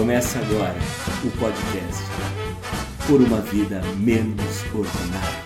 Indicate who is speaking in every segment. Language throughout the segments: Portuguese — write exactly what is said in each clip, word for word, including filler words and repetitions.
Speaker 1: Começa agora o podcast Por uma Vida Menos Ordinária.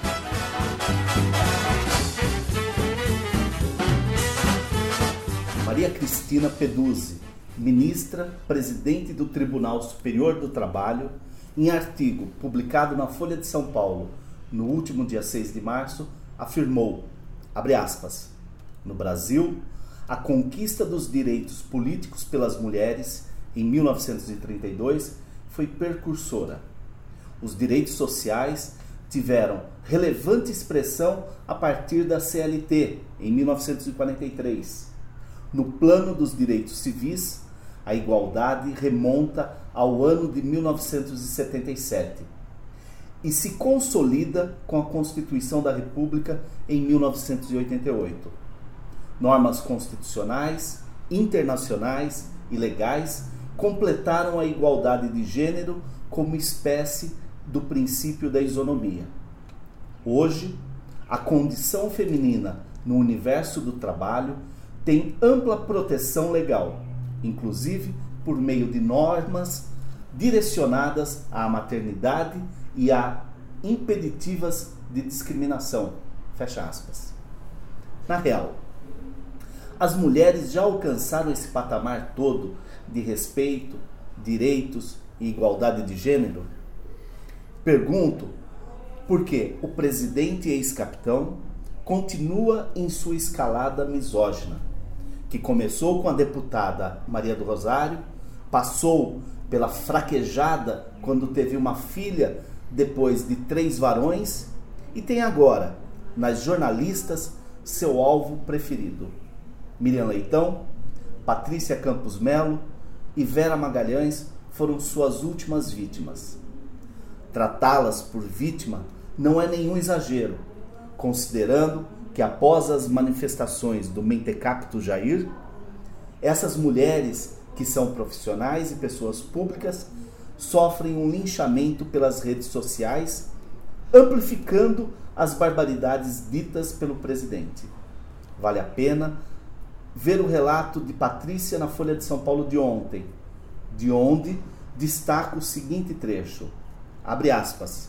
Speaker 2: Maria Cristina Peduzzi, ministra, presidente do Tribunal Superior do Trabalho, em artigo publicado na Folha de São Paulo no último dia seis de março, afirmou, abre aspas, no Brasil, a conquista dos direitos políticos pelas mulheres em mil novecentos e trinta e dois foi precursora. Os direitos sociais tiveram relevante expressão a partir da C L T, em mil novecentos e quarenta e três. No plano dos direitos civis, a igualdade remonta ao ano de mil novecentos e setenta e sete e se consolida com a Constituição da República em mil novecentos e oitenta e oito. Normas constitucionais, internacionais e legais completaram a igualdade de gênero como espécie do princípio da isonomia. Hoje, a condição feminina no universo do trabalho tem ampla proteção legal, inclusive por meio de normas direcionadas à maternidade e a impeditivas de discriminação. Fecha aspas. Na real, as mulheres já alcançaram esse patamar todo de respeito, direitos e igualdade de gênero? Pergunto porque o presidente e ex-capitão continua em sua escalada misógina, que começou com a deputada Maria do Rosário, passou pela fraquejada quando teve uma filha depois de três varões e tem agora, nas jornalistas, seu alvo preferido. Miriam Leitão, Patrícia Campos Melo e Vera Magalhães foram suas últimas vítimas. Tratá-las por vítima não é nenhum exagero, considerando que após as manifestações do mentecapto Jair, essas mulheres, que são profissionais e pessoas públicas, sofrem um linchamento pelas redes sociais, amplificando as barbaridades ditas pelo presidente. Vale a pena ver o relato de Patrícia na Folha de São Paulo de ontem, de onde destaca o seguinte trecho, abre aspas,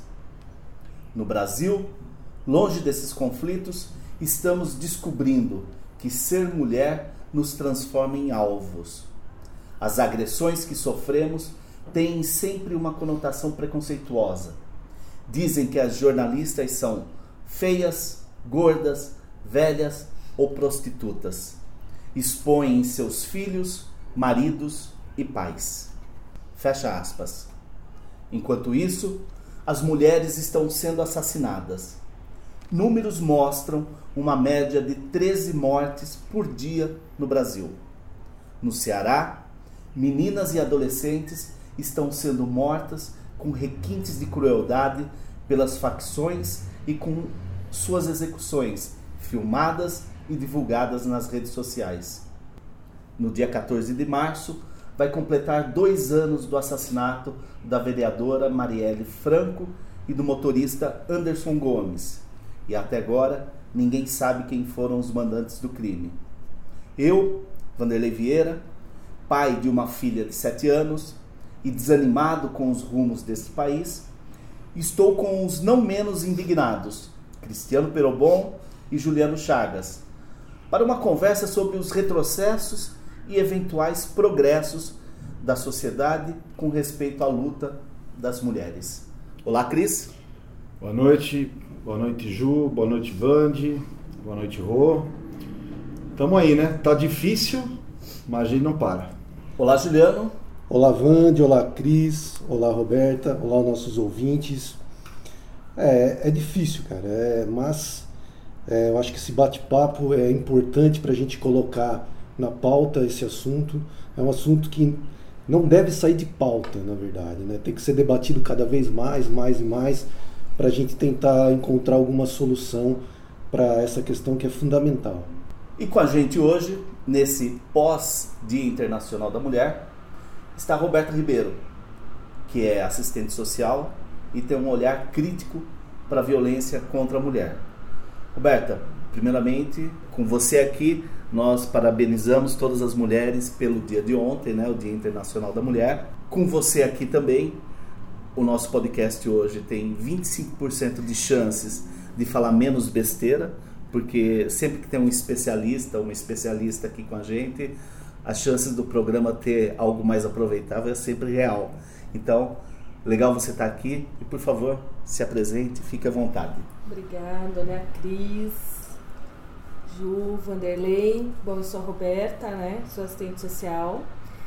Speaker 2: no Brasil, longe desses conflitos, estamos descobrindo que ser mulher nos transforma em alvos. As agressões que sofremos têm sempre uma conotação preconceituosa. Dizem que as jornalistas são feias, gordas, velhas ou prostitutas. Expõem seus filhos, maridos e pais. Fecha aspas. Enquanto isso, as mulheres estão sendo assassinadas. Números mostram uma média de treze mortes por dia no Brasil. No Ceará, meninas e adolescentes estão sendo mortas com requintes de crueldade pelas facções e com suas execuções filmadas e divulgadas nas redes sociais. No dia quatorze de março, vai completar dois anos do assassinato da vereadora Marielle Franco e do motorista Anderson Gomes. E até agora, ninguém sabe quem foram os mandantes do crime. Eu, Vanderlei Vieira, pai de uma filha de sete anos e desanimado com os rumos desse país, estou com os não menos indignados, Cristiano Perobon e Juliano Chagas, para uma conversa sobre os retrocessos e eventuais progressos da sociedade com respeito à luta das mulheres. Olá, Cris.
Speaker 3: Boa noite, boa noite, Ju, boa noite, Vande, boa noite, Rô. Tamo aí, né? Tá difícil, mas a gente não para.
Speaker 2: Olá, Juliano.
Speaker 4: Olá, Vande, olá, Cris, olá, Roberta, olá, nossos ouvintes. É, é difícil, cara, é, mas é, eu acho que esse bate-papo é importante para a gente colocar na pauta esse assunto. É um assunto que não deve sair de pauta, na verdade, né? Tem que ser debatido cada vez mais, mais e mais, para a gente tentar encontrar alguma solução para essa questão que é fundamental.
Speaker 2: E com a gente hoje, nesse pós-Dia Internacional da Mulher, está Roberta Ribeiro, que é assistente social e tem um olhar crítico para a violência contra a mulher. Roberta, primeiramente, com você aqui, nós parabenizamos todas as mulheres pelo dia de ontem, né, o Dia Internacional da Mulher. com você aqui também. O nosso podcast hoje tem vinte e cinco por cento de chances de falar menos besteira, porque sempre que tem um especialista, uma especialista aqui com a gente, as chances do programa ter algo mais aproveitável é sempre real. Então, legal você estar aqui e, por favor, se apresente, fique à vontade.
Speaker 5: Obrigada, né, Cris, Ju, Vanderlei. Bom, eu sou a Roberta, né, sou assistente social.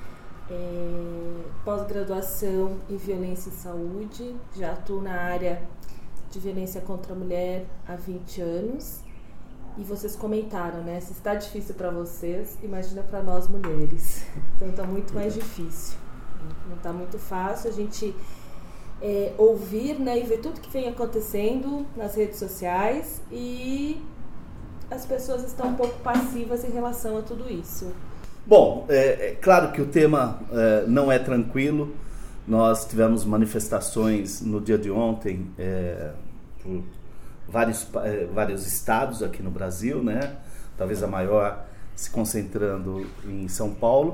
Speaker 5: É, pós-graduação em violência e saúde, já atuo na área de violência contra a mulher há vinte anos. E vocês comentaram, né, se está difícil para vocês, imagina para nós mulheres. Então está muito mais difícil, não está muito fácil a gente é, ouvir, né, e ver tudo que vem acontecendo nas redes sociais, e as pessoas estão um pouco passivas em relação a tudo isso.
Speaker 2: Bom, é, é claro que o tema é, não é tranquilo. Nós tivemos manifestações no dia de ontem é, por vários, é, vários estados aqui no Brasil, né? Talvez a maior se concentrando em São Paulo.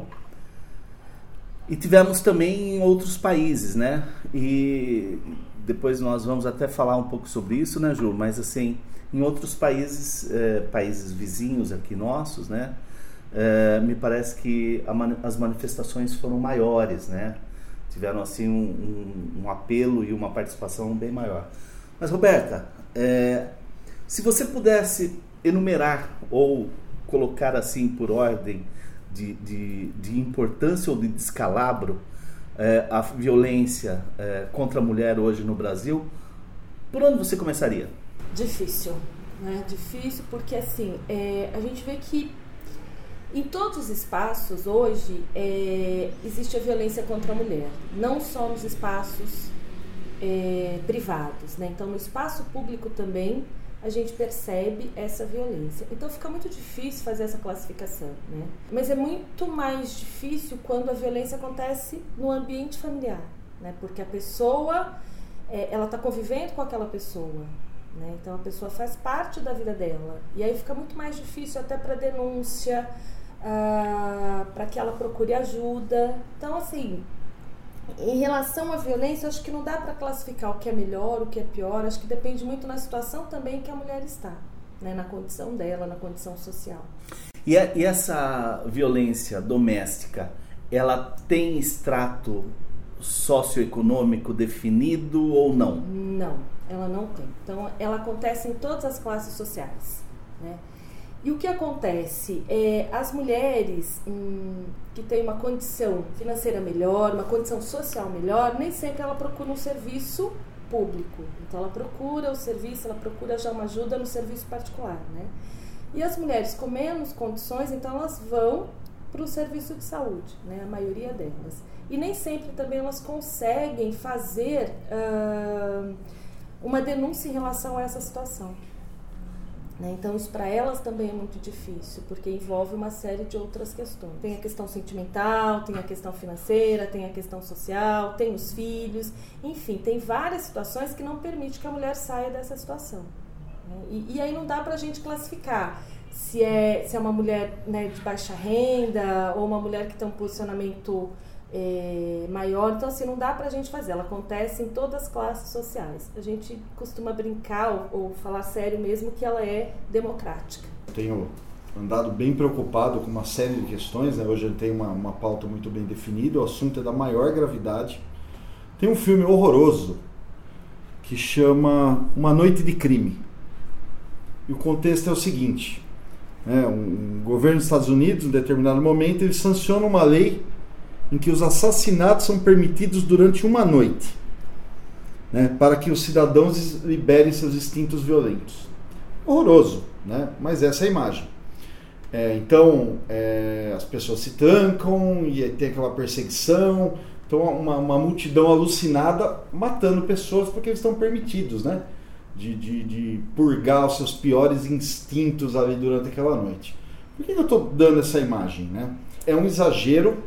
Speaker 2: E tivemos também em outros países, né? E depois nós vamos até falar um pouco sobre isso, né, Ju? Mas assim, em outros países, é, países vizinhos aqui nossos, né? É, me parece que a, as manifestações foram maiores, né? Tiveram assim um, um, um apelo e uma participação bem maior. Mas, Roberta, é, se você pudesse enumerar ou colocar assim por ordem de, de, de importância ou de descalabro é, a violência é, contra a mulher hoje no Brasil, por onde você começaria?
Speaker 5: Difícil, né? Difícil porque assim, é, a gente vê que em todos os espaços hoje é, existe a violência contra a mulher, não só nos espaços é, privados, né? Então no espaço público também a gente percebe essa violência. Então fica muito difícil fazer essa classificação, né? Mas é muito mais difícil quando a violência acontece no ambiente familiar, né? Porque a pessoa, é, ela está convivendo com aquela pessoa, né? Então a pessoa faz parte da vida dela, e aí fica muito mais difícil até para denúncia, ah, para que ela procure ajuda. Então assim, em relação à violência, acho que não dá para classificar o que é melhor, o que é pior. Acho que depende muito na situação também que a mulher está, né? Na condição dela, na condição social.
Speaker 2: E, a, e essa violência doméstica, ela tem extrato socioeconômico definido ou não?
Speaker 5: Não, ela não tem. Então, ela acontece em todas as classes sociais, né? E o que acontece é as mulheres hum, que têm uma condição financeira melhor, uma condição social melhor, nem sempre ela procura um serviço público. Então ela procura o serviço, ela procura já uma ajuda no serviço particular, né? E as mulheres com menos condições, então elas vão para o serviço de saúde, né? A maioria delas. E nem sempre também elas conseguem fazer uh, uma denúncia em relação a essa situação. Então isso para elas também é muito difícil, porque envolve uma série de outras questões. Tem a questão sentimental, tem a questão financeira, tem a questão social, tem os filhos, enfim, tem várias situações que não permitem que a mulher saia dessa situação. E, e aí não dá para a gente classificar se é, se é uma mulher, né, de baixa renda ou uma mulher que tem um posicionamento É, maior. Então assim, não dá pra gente fazer, ela acontece em todas as classes sociais. A gente costuma brincar ou, ou falar sério mesmo que ela é democrática.
Speaker 3: Tenho andado bem preocupado com uma série de questões, né? Hoje a gente tem uma, uma pauta muito bem definida, o assunto é da maior gravidade. Tem um filme horroroso que chama Uma Noite de Crime, e o contexto é o seguinte, né? um, um governo dos Estados Unidos, em determinado momento, ele sanciona uma lei em que os assassinatos são permitidos durante uma noite, né, para que os cidadãos liberem seus instintos violentos. Horroroso, né? Mas essa é a imagem. É, então, é, as pessoas se trancam e tem aquela perseguição. Então, uma, uma multidão alucinada matando pessoas porque eles estão permitidos, né, de, de, de purgar os seus piores instintos ali durante aquela noite. Por que eu estou dando essa imagem, né? É um exagero,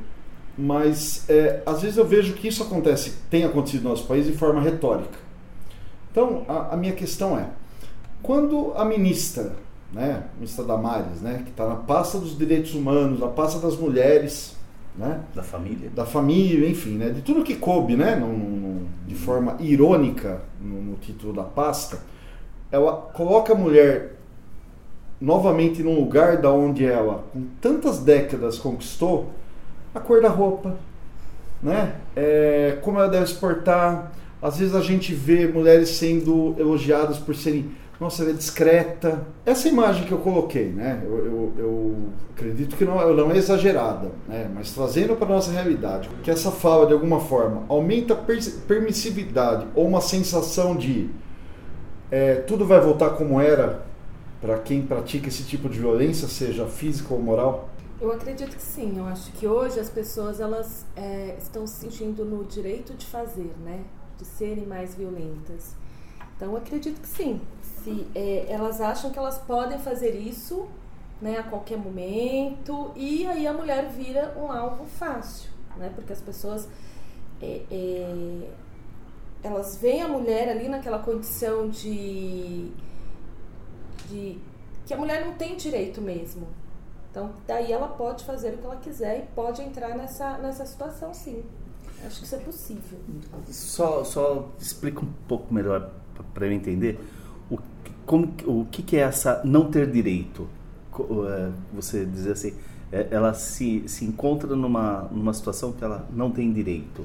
Speaker 3: mas é, às vezes eu vejo que isso acontece, tem acontecido no nosso país de forma retórica. Então, a, a minha questão é, quando a ministra, né, a ministra Damares, né, que está na pasta dos direitos humanos, na pasta das mulheres, né?
Speaker 2: Da família.
Speaker 3: Da família, enfim, né? De tudo que coube, né? No, no, de forma irônica no, no título da pasta, ela coloca a mulher novamente num lugar da onde ela, com tantas décadas, conquistou a cor da roupa, né? É, como ela deve se portar. Às vezes a gente vê mulheres sendo elogiadas por serem, nossa, ela é discreta. Essa imagem que eu coloquei, né? Eu, eu, eu acredito que não, não é exagerada, né? Mas trazendo para a nossa realidade, que essa fala, de alguma forma, aumenta a permissividade ou uma sensação de é, tudo vai voltar como era para quem pratica esse tipo de violência, seja física ou moral?
Speaker 5: Eu acredito que sim. Eu acho que hoje as pessoas elas é, estão se sentindo no direito de fazer, né? De serem mais violentas. Então, eu acredito que sim. Se, é, elas acham que elas podem fazer isso, né, a qualquer momento, e aí a mulher vira um alvo fácil, né? Porque as pessoas é, é, elas veem a mulher ali naquela condição de, de que a mulher não tem direito mesmo. Então, daí ela pode fazer o que ela quiser e pode entrar nessa, nessa situação, sim. Acho que isso é possível.
Speaker 2: Só, só explica um pouco melhor para eu entender o, como, o que, que é essa não ter direito. Você dizer assim, ela se, se encontra numa, numa situação que ela não tem direito.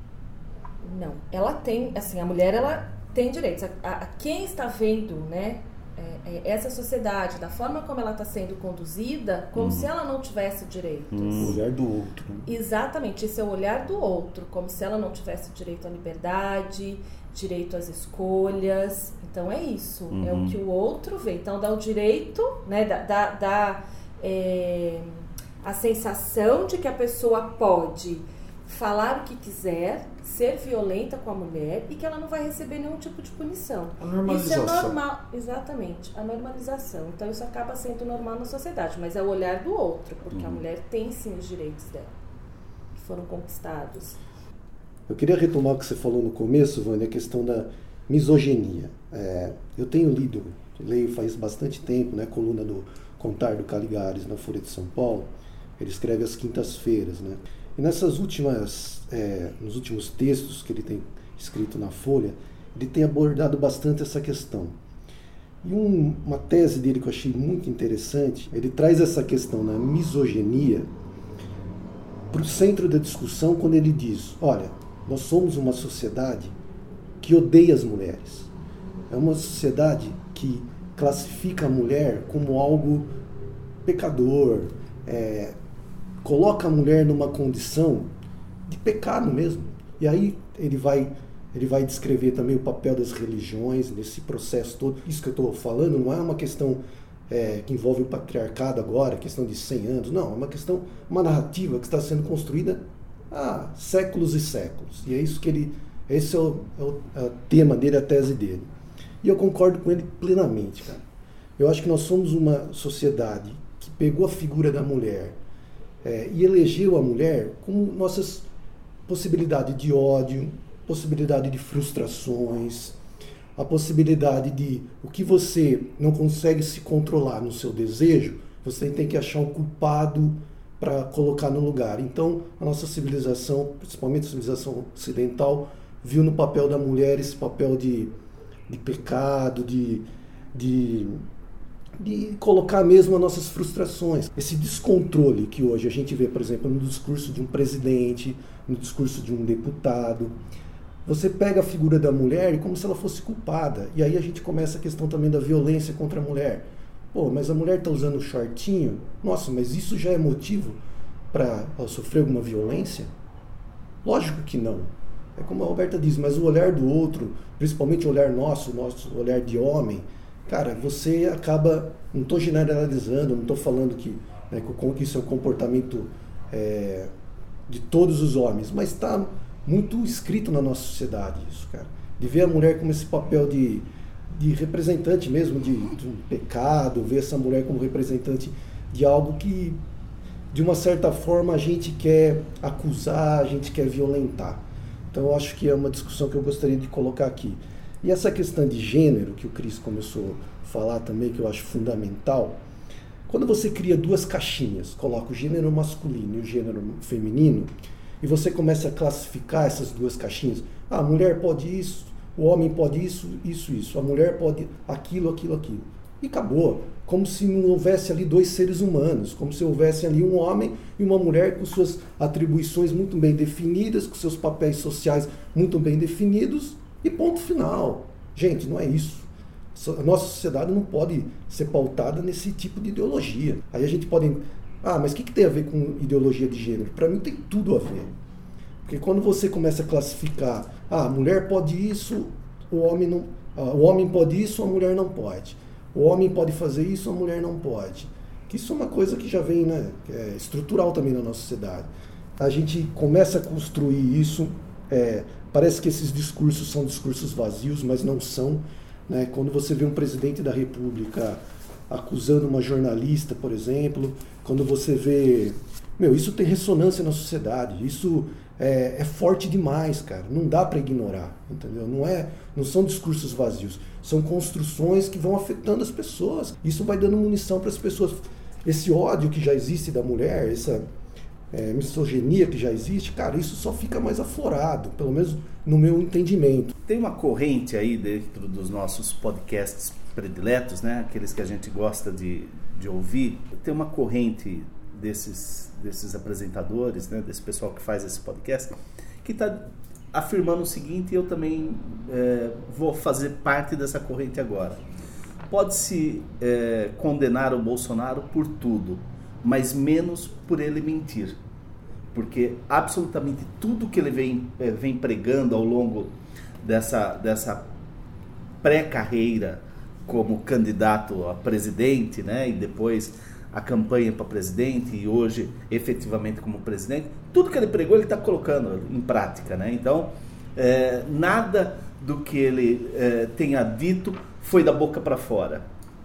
Speaker 5: Não, ela tem, assim, a mulher ela tem direitos. A, a, quem está vendo, né, é, é essa sociedade, da forma como ela está sendo conduzida, como hum. se ela não tivesse direitos.
Speaker 4: Hum. O olhar do outro.
Speaker 5: Exatamente, esse é o olhar do outro, como se ela não tivesse direito à liberdade, direito às escolhas. Então é isso, uhum. é o que o outro vê. Então dá o direito, né, dá, dá, dá é, a sensação de que a pessoa pode falar o que quiser, ser violenta com a mulher e que ela não vai receber nenhum tipo de punição.
Speaker 3: A normalização.
Speaker 5: Isso é normal, exatamente, a normalização. Então isso acaba sendo normal na sociedade, mas é o olhar do outro, porque uhum. a mulher tem sim os direitos dela, que foram conquistados.
Speaker 4: Eu queria retomar o que você falou no começo, Vânia, a questão da misoginia. É, eu tenho lido, leio faz bastante tempo, né, a coluna do Contar do Caligares na Folha de São Paulo. Ele escreve às quintas-feiras, né? E nessas últimas, é, nos últimos textos que ele tem escrito na Folha, ele tem abordado bastante essa questão. E um, uma tese dele que eu achei muito interessante, ele traz essa questão da misoginia para o centro da discussão quando ele diz, olha, nós somos uma sociedade que odeia as mulheres. É uma sociedade que classifica a mulher como algo pecador, é, coloca a mulher numa condição de pecado mesmo. E aí ele vai, ele vai descrever também o papel das religiões nesse processo todo. Isso que eu estou falando não é uma questão é, que envolve o patriarcado agora, questão de cem anos. Não, é uma questão, uma narrativa que está sendo construída há séculos e séculos. E é isso que ele, esse é o, é o, é o tema dele, a tese dele. E eu concordo com ele plenamente, cara. Eu acho que nós somos uma sociedade que pegou a figura da mulher É, e elegeu a mulher como nossas possibilidades de ódio, possibilidade de frustrações, a possibilidade de o que você não consegue se controlar no seu desejo, você tem que achar um culpado para colocar no lugar. Então, a nossa civilização, principalmente a civilização ocidental, viu no papel da mulher esse papel de, de pecado, de... de de colocar mesmo as nossas frustrações. Esse descontrole que hoje a gente vê, por exemplo, no discurso de um presidente, no discurso de um deputado, você pega a figura da mulher como se ela fosse culpada. E aí a gente começa a questão também da violência contra a mulher. Pô, mas a mulher está usando shortinho? Nossa, mas isso já é motivo para sofrer alguma violência? Lógico que não. É como a Roberta diz, mas o olhar do outro, principalmente o olhar nosso, o nosso olhar de homem, cara, você acaba, não estou generalizando, não estou falando que, né, que isso é um comportamento é, de todos os homens, mas está muito escrito na nossa sociedade isso, cara. De ver a mulher como esse papel de, de representante mesmo de, de um pecado, ver essa mulher como representante de algo que, de uma certa forma, a gente quer acusar, a gente quer violentar. Então eu acho que é uma discussão que eu gostaria de colocar aqui. E essa questão de gênero, que o Cris começou a falar também, que eu acho fundamental, Quando você cria duas caixinhas, coloca o gênero masculino e o gênero feminino, e você começa a classificar essas duas caixinhas, ah, a mulher pode isso, o homem pode isso, isso, isso, a mulher pode aquilo, aquilo, aquilo. E acabou. Como se não houvesse ali dois seres humanos, como se houvesse ali um homem e uma mulher com suas atribuições muito bem definidas, com seus papéis sociais muito bem definidos, e ponto final. Gente, não é isso. A nossa sociedade não pode ser pautada nesse tipo de ideologia. Aí a gente pode... Ah, mas o que, que tem a ver com ideologia de gênero? Para mim tem tudo a ver. Porque quando você começa a classificar, ah, a mulher pode isso, o homem não, ah, o homem pode isso, a mulher não pode. O homem pode fazer isso, a mulher não pode. Que isso é uma coisa que já vem, né, que é estrutural também na nossa sociedade. A gente começa a construir isso, é, parece que esses discursos são discursos vazios, mas não são. Né? Quando você vê um presidente da República acusando uma jornalista, por exemplo, quando você vê... Meu, isso tem ressonância na sociedade, isso é, é forte demais, cara, não dá para ignorar, entendeu? Não, é, não são discursos vazios, são construções que vão afetando as pessoas, isso vai dando munição para as pessoas. Esse ódio que já existe da mulher, essa é, misoginia que já existe, cara, isso só fica mais aflorado, pelo menos no meu entendimento.
Speaker 2: Tem uma corrente aí dentro dos nossos podcasts prediletos, né? Aqueles que a gente gosta de, de ouvir, tem uma corrente desses, desses apresentadores, né? Desse pessoal que faz esse podcast, que está afirmando o seguinte, e eu também é, vou fazer parte dessa corrente agora. Pode-se é, condenar o Bolsonaro por tudo, mas menos por ele mentir. Porque absolutamente tudo que ele vem, é, vem pregando ao longo dessa, dessa pré-carreira como candidato a presidente, né, e depois a campanha para presidente e hoje efetivamente como presidente, tudo que ele pregou ele está colocando em prática, né? Então é, nada do que ele é, tenha dito foi da boca para fora.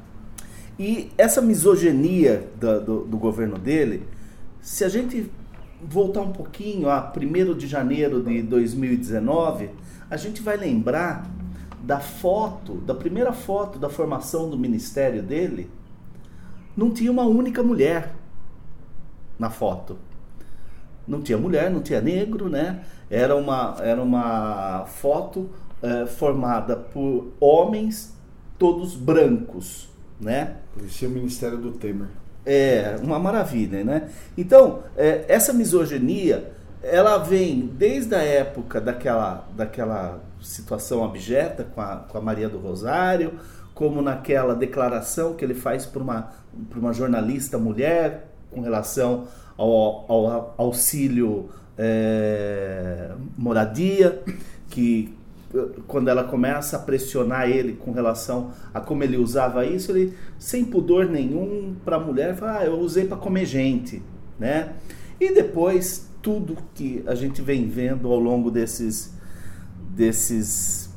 Speaker 2: E essa misoginia do, do, do governo dele, se a gente voltar um pouquinho a primeiro de janeiro de dois mil e dezenove, a gente vai lembrar da foto, da primeira foto da formação do ministério dele. Não tinha uma única mulher na foto. Não tinha mulher, não tinha negro, né? Era uma, era uma foto é, formada por homens todos brancos, né?
Speaker 3: Parecia o ministério do Temer.
Speaker 2: É, uma maravilha, né? Então, é, essa misoginia, ela vem desde a época daquela, daquela situação abjeta com a, com a Maria do Rosário, como naquela declaração que ele faz para uma, para uma jornalista mulher com relação ao, ao auxílio é, moradia, que quando ela começa a pressionar ele com relação a como ele usava isso, ele, sem pudor nenhum para a mulher, fala, ah, eu usei para comer gente, né? E depois, tudo que a gente vem vendo ao longo desses, desses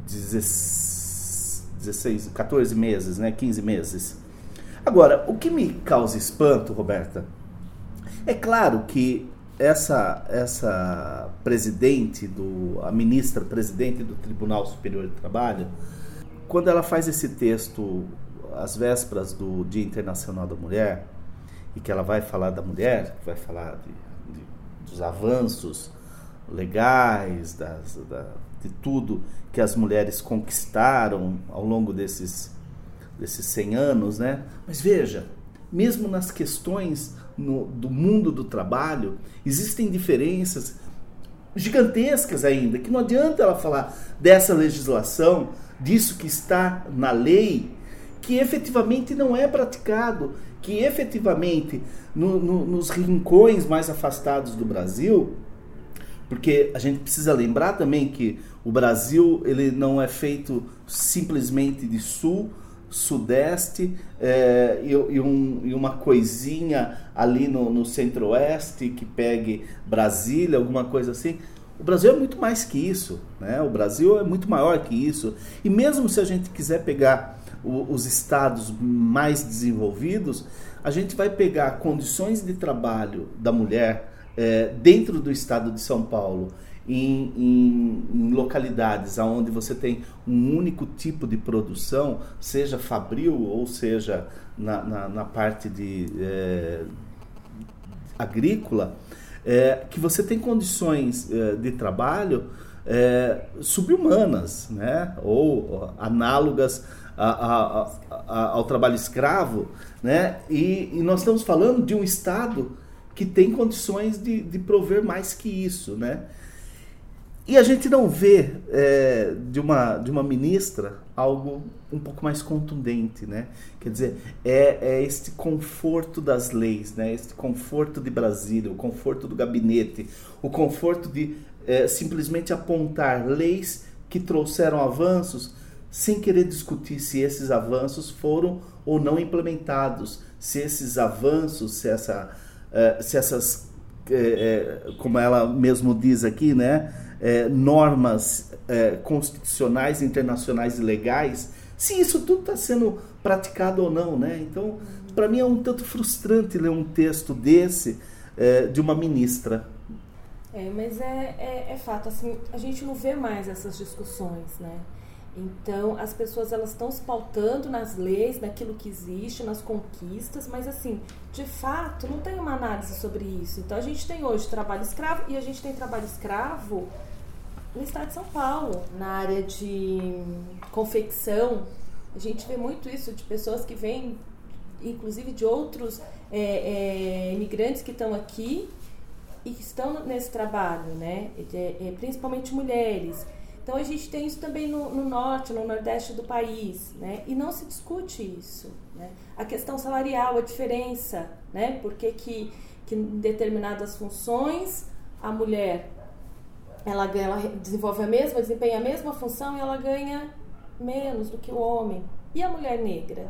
Speaker 2: dezesseis, quatorze meses, né? quinze meses. Agora, o que me causa espanto, Roberta, é claro que essa, essa presidente, do, a ministra presidente do Tribunal Superior do Trabalho, quando ela faz esse texto às vésperas do Dia Internacional da Mulher, e que ela vai falar da mulher, vai falar de, de, dos avanços legais, das, da, de tudo que as mulheres conquistaram ao longo desses, desses cem anos, né? Mas veja, mesmo nas questões no, do mundo do trabalho, existem diferenças gigantescas ainda, que não adianta ela falar dessa legislação, disso que está na lei, que efetivamente não é praticado, que efetivamente no, no, nos rincões mais afastados do Brasil, porque a gente precisa lembrar também que o Brasil ele não é feito simplesmente de sul, sudeste é, e, e, um, e uma coisinha ali no, no centro-oeste que pegue Brasília, alguma coisa assim. O Brasil é muito mais que isso, né? O Brasil é muito maior que isso. E mesmo se a gente quiser pegar o, os estados mais desenvolvidos, a gente vai pegar condições de trabalho da mulher é, dentro do estado de São Paulo em, em, em localidades onde você tem um único tipo de produção, seja fabril ou seja na, na, na parte de é, agrícola, é, que você tem condições é, de trabalho é, subhumanas, né? Ou análogas a, a, a, a, ao trabalho escravo, né? E, e nós estamos falando de um Estado que tem condições de, de prover mais que isso, né? E a gente não vê é, de, uma, de uma ministra algo um pouco mais contundente, né? Quer dizer, é, é este conforto das leis, né? Este conforto de Brasília, o conforto do gabinete, o conforto de é, simplesmente apontar leis que trouxeram avanços sem querer discutir se esses avanços foram ou não implementados, se esses avanços, se, essa, uh, se essas, uh, uh, como ela mesmo diz aqui, né, uh, normas uh, constitucionais, internacionais e legais, se isso tudo está sendo praticado ou não, né? Então, para mim é um tanto frustrante ler um texto desse uh, de uma ministra.
Speaker 5: É, mas é, é, é fato, assim, a gente não vê mais essas discussões, né? Então, as pessoas elas estão se pautando nas leis, naquilo que existe, nas conquistas, mas assim, de fato, não tem uma análise sobre isso. Então, a gente tem hoje trabalho escravo e a gente tem trabalho escravo no estado de São Paulo, na área de confecção. A gente vê muito isso de pessoas que vêm, inclusive de outros é, é, imigrantes que estão aqui e que estão nesse trabalho, né? É, é, principalmente mulheres. Então, a gente tem isso também no, no norte, no nordeste do país, né? E não se discute isso, né? A questão salarial, a diferença, né? Porque que, que em determinadas funções a mulher ela, ela desenvolve a mesma, desempenha a mesma função e ela ganha menos do que o homem. E a mulher negra?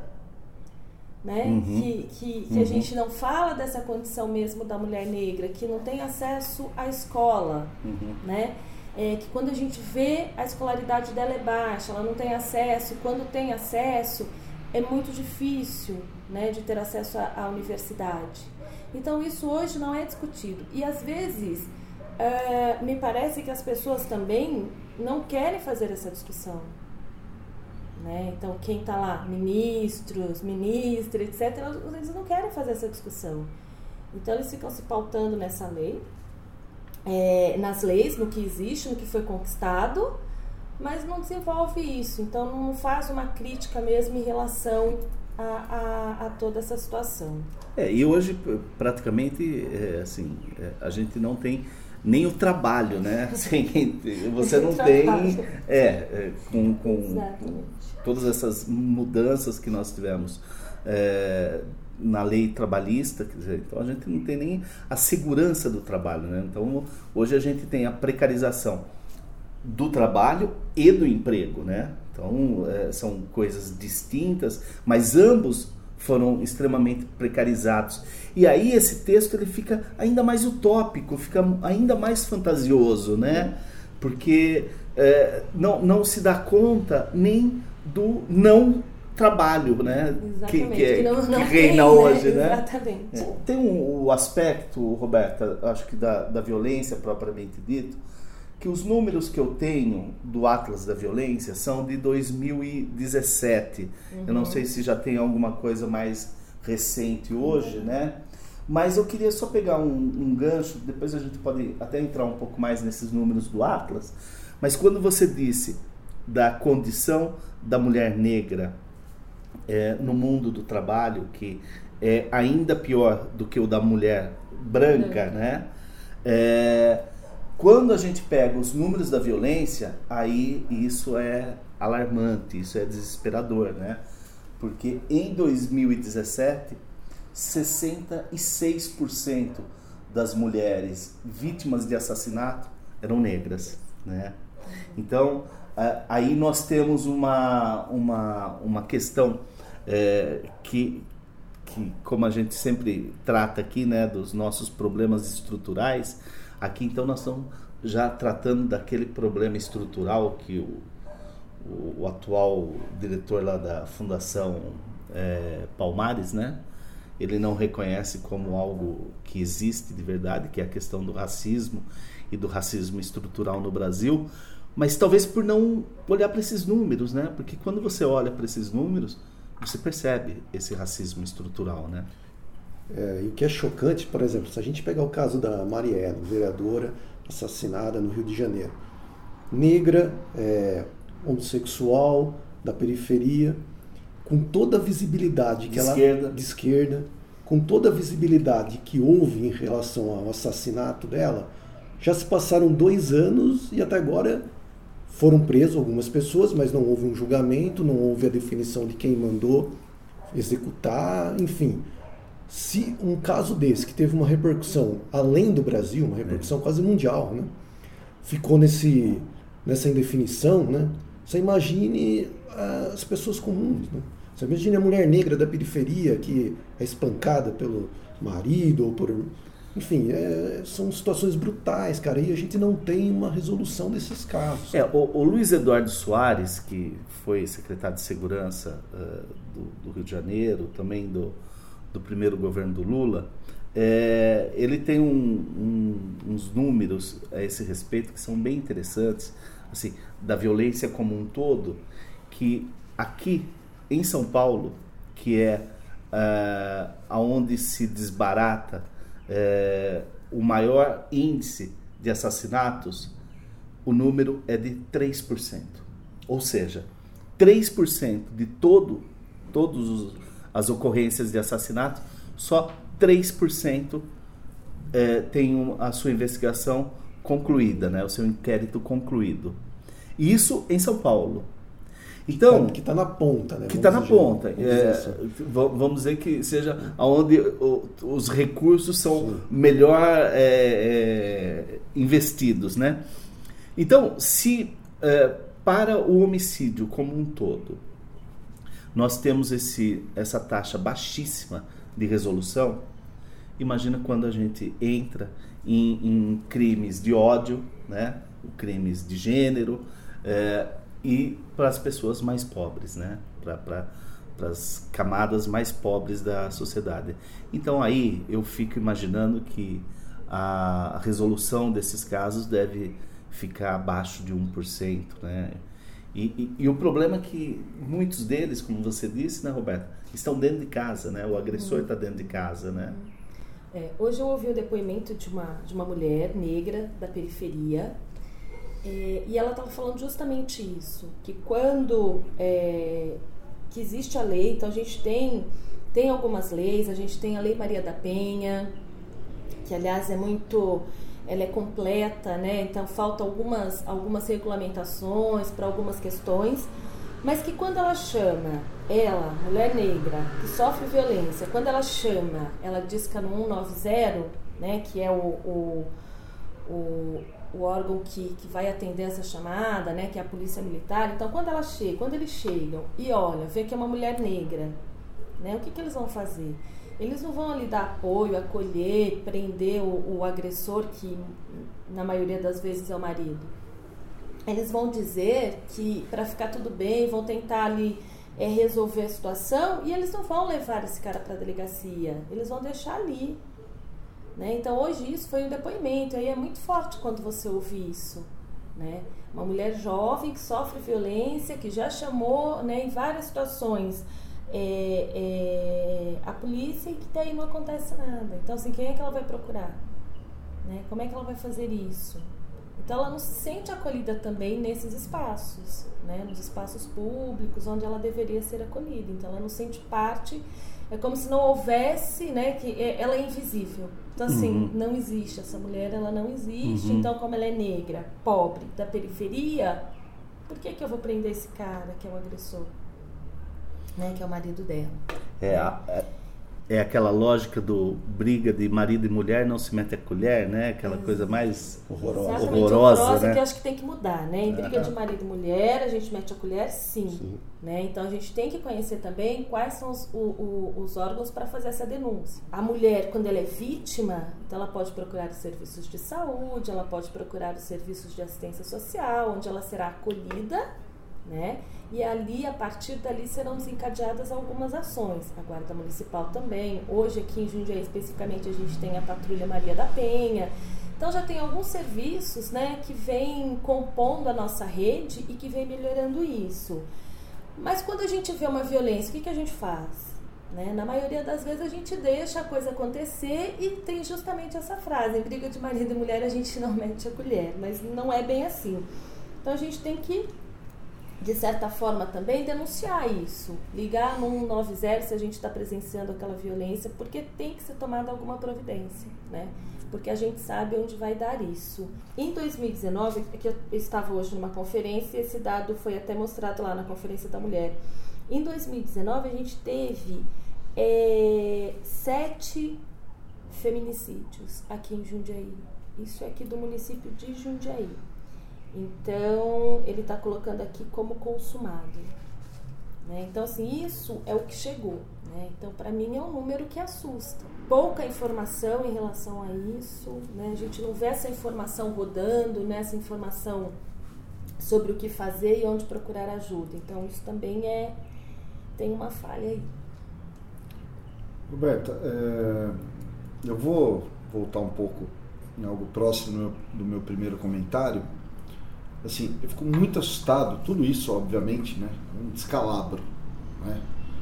Speaker 5: Né?
Speaker 2: Uhum.
Speaker 5: Que, que, que
Speaker 2: uhum.
Speaker 5: a gente não fala dessa condição mesmo da mulher negra, que não tem acesso à escola,
Speaker 2: Uhum.
Speaker 5: né? É, que quando a gente vê a escolaridade dela é baixa, ela não tem acesso, e quando tem acesso é muito difícil, né, de ter acesso à, à universidade. Então isso hoje não é discutido. E às vezes é, me parece que as pessoas também não querem fazer essa discussão. Né? Então quem está lá, ministros, ministras, etcétera, eles não querem fazer essa discussão. Então eles ficam se pautando nessa lei, É, nas leis, no que existe, no que foi conquistado, mas não desenvolve isso. Então não faz uma crítica mesmo em relação a, a, a toda essa situação.
Speaker 2: É, e hoje praticamente é, assim, é, a gente não tem nem o trabalho, né? Assim, você não tem é, é, com, com, com todas essas mudanças que nós tivemos é, na lei trabalhista, quer dizer, então a gente não tem nem a segurança do trabalho, né? Então hoje a gente tem a precarização do trabalho e do emprego, né? Então é, são coisas distintas, mas ambos foram extremamente precarizados. E aí esse texto ele fica ainda mais utópico, fica ainda mais fantasioso, né? Porque é, não, não se dá conta nem do não trabalho, né?
Speaker 5: Exatamente,
Speaker 2: que, que, é,
Speaker 5: que, não, não
Speaker 2: que reina
Speaker 5: tem,
Speaker 2: hoje,
Speaker 5: né?
Speaker 2: né?
Speaker 5: Exatamente.
Speaker 2: É, tem um, o aspecto, Roberta, acho que da, da violência propriamente dito, que os números que eu tenho do Atlas da Violência são de dois mil e dezessete. Uhum. Eu não sei se já tem alguma coisa mais recente hoje, uhum. né? Mas eu queria só pegar um, um gancho, depois a gente pode até entrar um pouco mais nesses números do Atlas, mas quando você disse da condição da mulher negra É, no mundo do trabalho, que é ainda pior do que o da mulher branca, é. né? É, quando a gente pega os números da violência, aí isso é alarmante, isso é desesperador, né? Porque em dois mil e dezessete, sessenta e seis por cento das mulheres vítimas de assassinato eram negras, né? Então, aí nós temos uma, uma, uma questão é, que, que, como a gente sempre trata aqui, né, dos nossos problemas estruturais, aqui então nós estamos já tratando daquele problema estrutural que o, o, o atual diretor lá da Fundação é, Palmares, né, ele não reconhece como algo que existe de verdade, que é a questão do racismo e do racismo estrutural no Brasil, mas talvez por não olhar para esses números, né? Porque quando você olha para esses números, você percebe esse racismo estrutural, né?
Speaker 4: É, e o que é chocante, por exemplo, se a gente pegar o caso da Marielle, vereadora assassinada no Rio de Janeiro, negra, é, homossexual, da periferia, com toda a visibilidade que
Speaker 2: de
Speaker 4: ela
Speaker 2: esquerda.
Speaker 4: de esquerda, com toda a visibilidade que houve em relação ao assassinato dela, já se passaram dois anos e até agora foram presas algumas pessoas, mas não houve um julgamento, não houve a definição de quem mandou executar, enfim. Se um caso desse, que teve uma repercussão além do Brasil, uma repercussão é. quase mundial, né, ficou nesse, nessa indefinição, né, você imagine as pessoas comuns, né? Você imagine a mulher negra da periferia que é espancada pelo marido ou por... Enfim, é, são situações brutais, cara, e a gente não tem uma resolução desses casos.
Speaker 2: É, o, o Luiz Eduardo Soares, que foi secretário de Segurança uh, do, do Rio de Janeiro, também do, do primeiro governo do Lula, é, ele tem um, um, uns números a esse respeito que são bem interessantes, assim, da violência como um todo, que aqui em São Paulo, que é uh, aonde se desbarata É, o maior índice de assassinatos, o número é de três por cento. Ou seja, três por cento de todo, todas as ocorrências de assassinato, só três por cento é, tem a sua investigação concluída, né, o seu inquérito concluído. E isso em São Paulo. Então,
Speaker 4: que está na ponta, né?
Speaker 2: Que está na ponta. É, assim. Vamos dizer que seja onde os recursos são Sim. melhor é, é, investidos, né? Então, se é, para o homicídio como um todo nós temos esse, essa taxa baixíssima de resolução, imagina quando a gente entra em, em crimes de ódio, né? Crimes de gênero, é, e para as pessoas mais pobres, né? Para as camadas mais pobres da sociedade. Então aí eu fico imaginando que a resolução desses casos deve ficar abaixo de um por cento, né? E, e, e o problema é que muitos deles, como você disse, né, Roberta, estão dentro de casa, né? O agressor está dentro de casa, né?
Speaker 5: É, hoje eu ouvi o depoimento de uma, de uma mulher negra da periferia. É, e ela estava falando justamente isso, que quando é, que existe a lei, então a gente tem, tem algumas leis, a gente tem a Lei Maria da Penha, que aliás é muito, ela é completa, né? Então faltam algumas, algumas regulamentações para algumas questões, mas que quando ela chama, ela, mulher negra, que sofre violência, quando ela chama, ela disca no cento e noventa, né, que é o... o, o o órgão que, que vai atender essa chamada, né, que é a polícia militar. Então, quando ela chega, quando eles chegam e olha, vê que é uma mulher negra, né, o que, que eles vão fazer? Eles não vão ali dar apoio, acolher, prender o, o agressor, que na maioria das vezes é o marido. Eles vão dizer que para ficar tudo bem, vão tentar ali é, resolver a situação, e eles não vão levar esse cara para a delegacia, eles vão deixar ali. Né? Então hoje isso foi um depoimento, aí é muito forte quando você ouve isso, né? Uma mulher jovem que sofre violência, que já chamou, né, em várias situações é, é, a polícia, e que daí não acontece nada. Então assim, quem é que ela vai procurar? Né? Como é que ela vai fazer isso? Então ela não se sente acolhida também nesses espaços, né? Nos espaços públicos onde ela deveria ser acolhida. Então ela não sente parte, é como se não houvesse, né, que ela é invisível. Então assim, uhum. não existe, essa mulher ela não existe, uhum. Então como ela é negra, pobre, da periferia, por que que eu vou prender esse cara que é o agressor? Né, que é o marido dela.
Speaker 2: É, a, é aquela lógica do briga de marido e mulher, não se mete a colher, né? Aquela coisa mais horrorosa,
Speaker 5: Exatamente,
Speaker 2: horrorosa,
Speaker 5: horrorosa,
Speaker 2: né?
Speaker 5: Que eu acho que tem que mudar, né? Em briga de marido e mulher, a gente mete a colher, sim. sim. Né? Então a gente tem que conhecer também quais são os, o, o, os órgãos para fazer essa denúncia. A mulher, quando ela é vítima, então ela pode procurar os serviços de saúde, ela pode procurar os serviços de assistência social, onde ela será acolhida né? E ali, a partir dali, serão desencadeadas algumas ações. A Guarda Municipal também. Hoje, aqui em Jundiaí, especificamente, a gente tem a Patrulha Maria da Penha. Então, já tem alguns serviços, né, que vêm compondo a nossa rede e que vêm melhorando isso. Mas quando a gente vê uma violência, o que, que a gente faz? Né? Na maioria das vezes, a gente deixa a coisa acontecer e tem justamente essa frase: em briga de marido e mulher, a gente não mete a colher. Mas não é bem assim. Então, a gente tem que, de certa forma, também denunciar isso, ligar no cento e noventa se a gente está presenciando aquela violência, porque tem que ser tomada alguma providência, né? Porque a gente sabe onde vai dar isso. Em dois mil e dezenove, é que eu estava hoje numa conferência e esse dado foi até mostrado lá na Conferência da Mulher. Em dois mil e dezenove, a gente teve é, sete feminicídios aqui em Jundiaí. Isso é aqui do município de Jundiaí. Então, ele está colocando aqui como consumado. Né? Então, assim, isso é o que chegou. Né? Então, para mim, é um número que assusta. Pouca informação em relação a isso. Né? A gente não vê essa informação rodando, né? Essa informação sobre o que fazer e onde procurar ajuda. Então, isso também é, tem uma falha aí.
Speaker 3: Roberta, é, eu vou voltar um pouco em algo próximo do meu, do meu primeiro comentário. Assim, eu fico muito assustado, tudo isso, obviamente, né, um descalabro, né?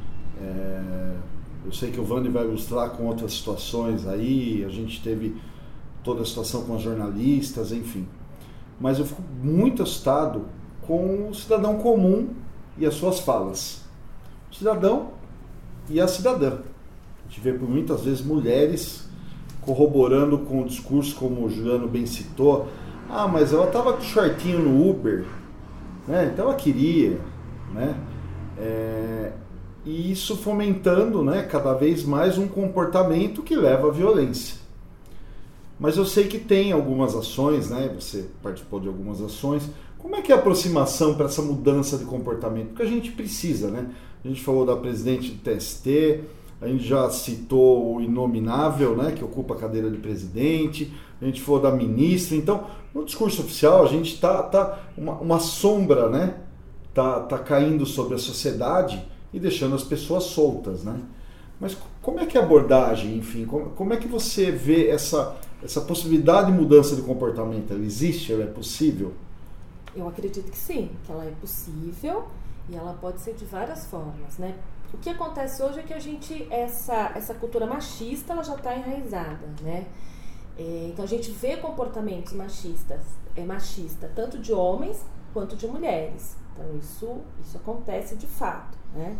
Speaker 3: É, eu sei que o Vani vai ilustrar com outras situações aí, a gente teve toda a situação com as jornalistas, enfim. Mas eu fico muito assustado com o cidadão comum e as suas falas. O cidadão e a cidadã. A gente vê por muitas vezes mulheres corroborando com o discurso, como o Juliano bem citou. Ah, mas ela estava com shortinho no Uber, né? Então ela queria, né? É, e isso fomentando, né, cada vez mais um comportamento que leva à violência. Mas eu sei que tem algumas ações, né? Você participou de algumas ações. Como é que é a aproximação para essa mudança de comportamento? Porque a gente precisa, né? A gente falou da presidente do T S T, a gente já citou o inominável, né, que ocupa a cadeira de presidente, a gente falou da ministra. Então, no discurso oficial, a gente está tá uma, uma sombra, né, tá, tá caindo sobre a sociedade e deixando as pessoas soltas, né? Mas como é que é a abordagem, enfim, como, como é que você vê essa, essa possibilidade de mudança de comportamento? Ela existe? Ela é possível?
Speaker 5: Eu acredito que sim, que ela é possível e ela pode ser de várias formas, né? O que acontece hoje é que a gente, essa, essa cultura machista, ela já está enraizada, né? É, então a gente vê comportamentos machistas, é machista, tanto de homens quanto de mulheres. Então isso, isso acontece de fato, né?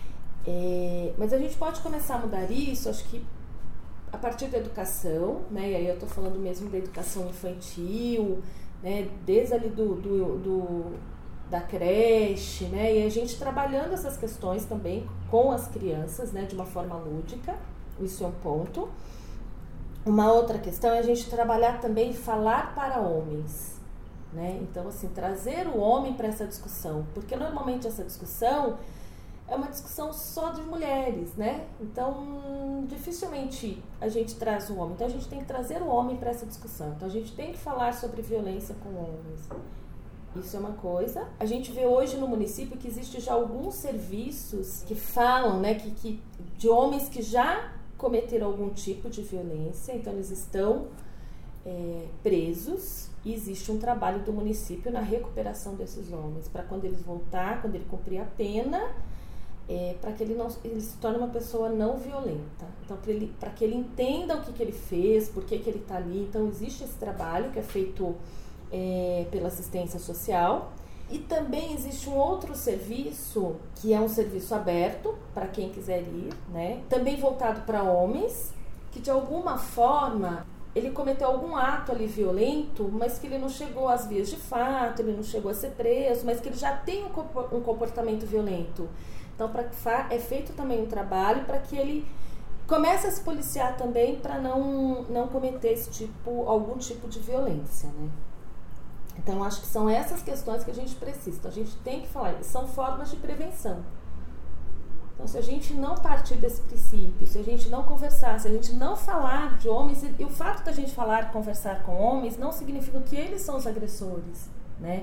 Speaker 5: É, mas a gente pode começar a mudar isso, acho que a partir da educação, né? E aí eu estou falando mesmo da educação infantil, né? Desde ali do, do, do, da creche, né? E a gente trabalhando essas questões também com as crianças, né? De uma forma lúdica, isso é um ponto. Uma outra questão é a gente trabalhar também falar para homens, né? Então, assim, trazer o homem para essa discussão, porque normalmente essa discussão é uma discussão só de mulheres, né? Então, dificilmente a gente traz o homem. Então, a gente tem que trazer o homem para essa discussão. Então, a gente tem que falar sobre violência com homens. Isso é uma coisa. A gente vê hoje no município que existe já alguns serviços que falam, né, que, que, de homens que já cometeram algum tipo de violência. Então, eles estão é, presos. E existe um trabalho do município na recuperação desses homens, para quando eles voltar, quando ele cumprir a pena, é, para que ele, não, ele se torne uma pessoa não violenta. Então, para ele, para que ele entenda o que, que ele fez, por que, que ele está ali. Então, existe esse trabalho que é feito é, pela assistência social. E também existe um outro serviço, que é um serviço aberto, para quem quiser ir, né? Também voltado para homens, que de alguma forma ele cometeu algum ato ali violento, mas que ele não chegou às vias de fato, ele não chegou a ser preso, mas que ele já tem um comportamento violento. Então, pra, é feito também um trabalho para que ele comece a se policiar também para não, não cometer esse tipo, algum tipo de violência, né? Então, acho que são essas questões que a gente precisa. Então, a gente tem que falar, são formas de prevenção. Então, se a gente não partir desse princípio, se a gente não conversar, se a gente não falar de homens, e, e o fato da gente falar e conversar com homens não significa que eles são os agressores, né?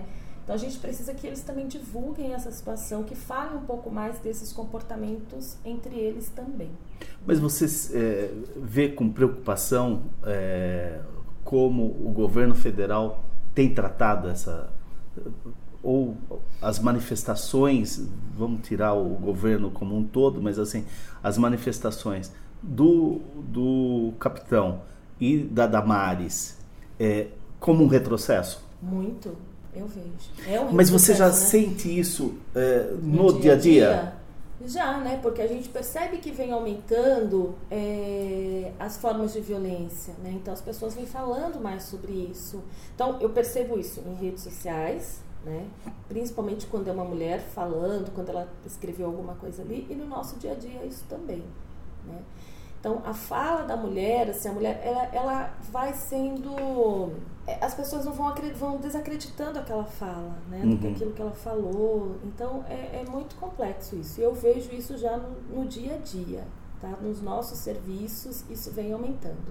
Speaker 5: Então a gente precisa que eles também divulguem essa situação, que falem um pouco mais desses comportamentos entre eles também.
Speaker 2: Mas você é, vê com preocupação é, como o governo federal tem tratado essa... ou as manifestações, vamos tirar o governo como um todo, mas assim, as manifestações do, do capitão e da Damares é, como um retrocesso?
Speaker 5: Muito, eu vejo. É um
Speaker 2: mas você já
Speaker 5: né?
Speaker 2: sente isso é, no,
Speaker 5: no
Speaker 2: dia a dia?
Speaker 5: dia? Já, né? Porque a gente percebe que vem aumentando é, as formas de violência, né? Então as pessoas vêm falando mais sobre isso. Então eu percebo isso em redes sociais, né? Principalmente quando é uma mulher falando, quando ela escreveu alguma coisa ali, e no nosso dia a dia isso também, né? Então a fala da mulher, assim, a mulher, ela, ela vai sendo... As pessoas não vão, vão desacreditando aquela fala, né? Do que
Speaker 2: Uhum.
Speaker 5: aquilo que ela falou. Então é, é muito complexo isso. E eu vejo isso já no, no dia a dia, tá? Nos nossos serviços, isso vem aumentando.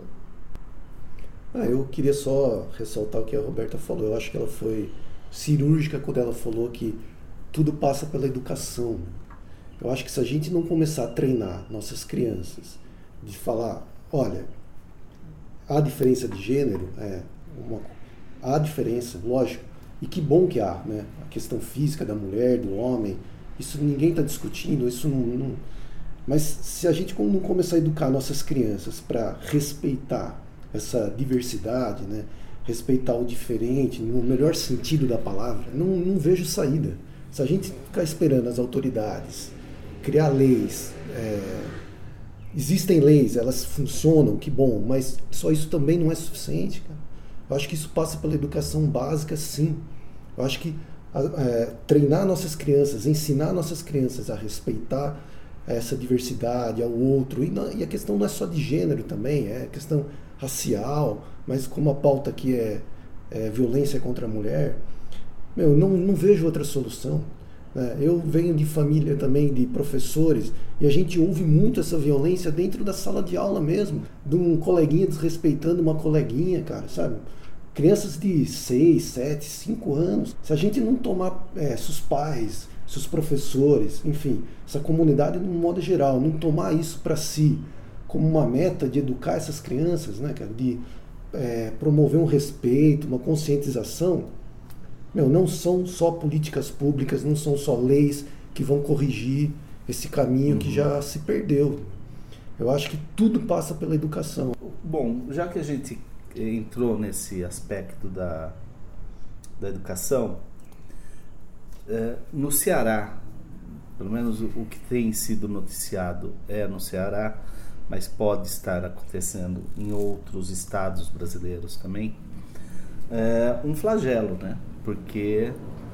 Speaker 4: Ah, eu queria só ressaltar o que a Roberta falou. Eu acho que ela foi cirúrgica quando ela falou que tudo passa pela educação. Eu acho que se a gente não começar a treinar nossas crianças de falar, olha, há diferença de gênero, é, uma, há diferença, lógico, e que bom que há, né? A questão física da mulher, do homem, isso ninguém está discutindo, isso não, não... Mas se a gente não começar a educar nossas crianças para respeitar essa diversidade, né? Respeitar o diferente, no melhor sentido da palavra, não, não vejo saída. Se a gente ficar esperando as autoridades criar leis, é, existem leis, elas funcionam, que bom, mas só isso também não é suficiente, cara. Eu acho que isso passa pela educação básica, sim. Eu acho que é, treinar nossas crianças, ensinar nossas crianças a respeitar essa diversidade, ao outro, e, não, e a questão não é só de gênero também, é questão racial, mas como a pauta aqui é, é violência contra a mulher, meu, não, não vejo outra solução. Né? Eu venho de família também de professores e a gente ouve muito essa violência dentro da sala de aula mesmo, de um coleguinha desrespeitando uma coleguinha, cara, sabe? Crianças de seis, sete, cinco anos. Se a gente não tomar, é, seus pais, seus professores, enfim, essa comunidade no modo geral, não tomar isso para si como uma meta de educar essas crianças, né, cara, de é, promover um respeito, uma conscientização, meu, não são só políticas públicas, não são só leis que vão corrigir esse caminho uhum. que já se perdeu. Eu acho que tudo passa pela educação.
Speaker 2: Bom, já que a gente entrou nesse aspecto da, da educação, é, no Ceará, pelo menos o, o que tem sido noticiado é no Ceará, mas pode estar acontecendo em outros estados brasileiros também, é um flagelo, né? Porque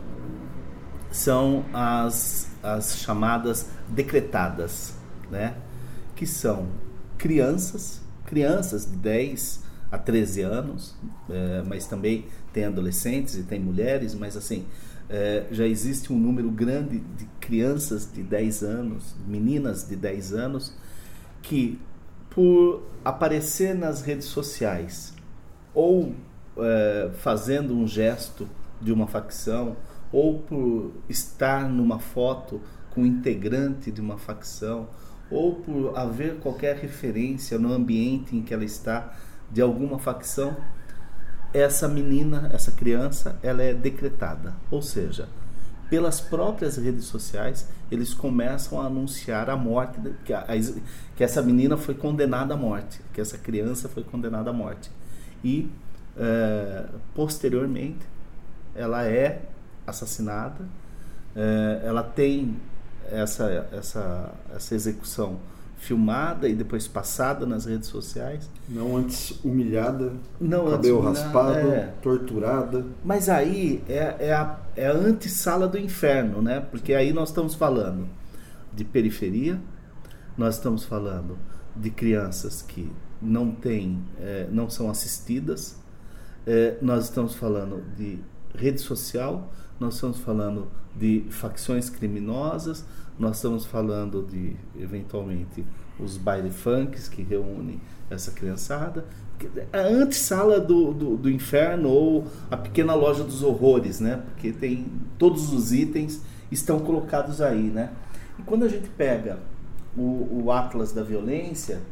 Speaker 2: são as, as chamadas decretadas, né? Que são crianças, crianças de dez a treze anos, é, mas também tem adolescentes e tem mulheres, mas assim, é, já existe um número grande de crianças de dez anos, meninas de dez anos, que por aparecer nas redes sociais ou é, fazendo um gesto de uma facção, ou por estar numa foto com um integrante de uma facção, ou por haver qualquer referência no ambiente em que ela está de alguma facção, essa menina, essa criança, ela é decretada. Ou seja, pelas próprias redes sociais, eles começam a anunciar a morte, que, a, que essa menina foi condenada à morte, que essa criança foi condenada à morte. E, é, posteriormente, ela é assassinada, é, ela tem essa, essa, essa execução filmada e depois passada nas redes sociais.
Speaker 3: Não antes humilhada,
Speaker 2: não
Speaker 3: cabelo
Speaker 2: antes
Speaker 3: raspado,
Speaker 2: é.
Speaker 3: torturada.
Speaker 2: Mas aí é, é, a, é a antessala do inferno, né? Porque aí nós estamos falando de periferia, nós estamos falando de crianças que não têm, é, não são assistidas, é, nós estamos falando de rede social, nós estamos falando de facções criminosas, nós estamos falando de, eventualmente, os baile funks que reúnem essa criançada. a antessala do, do, do inferno, ou a pequena loja dos horrores, né? Porque tem todos os itens estão colocados aí, né? E quando a gente pega o, o Atlas da Violência,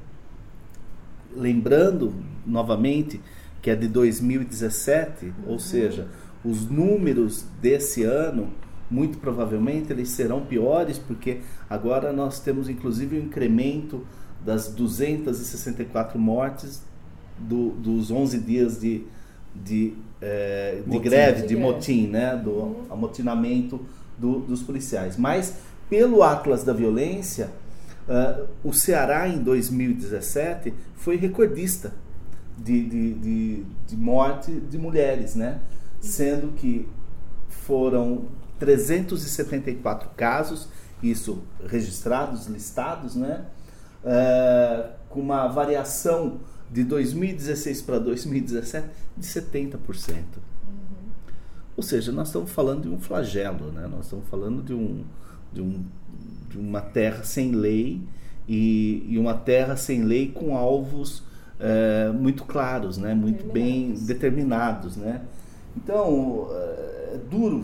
Speaker 2: lembrando novamente que é de dois mil e dezessete, uhum. ou seja, os números desse ano muito provavelmente eles serão piores, porque agora nós temos inclusive um incremento das duzentas e sessenta e quatro mortes do, dos onze dias de, de, é, de greve, de, de motim, né? Do uhum. amotinamento do, dos policiais. Mas, pelo Atlas da Violência, uh, o Ceará em dois mil e dezessete foi recordista de, de, de, de morte de mulheres, né? Sendo que foram trezentos e setenta e quatro casos, isso registrados, listados, né? Uh, com uma variação de dois mil e dezesseis para dois mil e dezessete de setenta por cento. Uhum. Ou seja, nós estamos falando de um flagelo, né? Nós estamos falando de, um, de, um, de uma terra sem lei e, e uma terra sem lei com alvos uh, muito claros, né? Muito bem determinados, né? Então, é duro.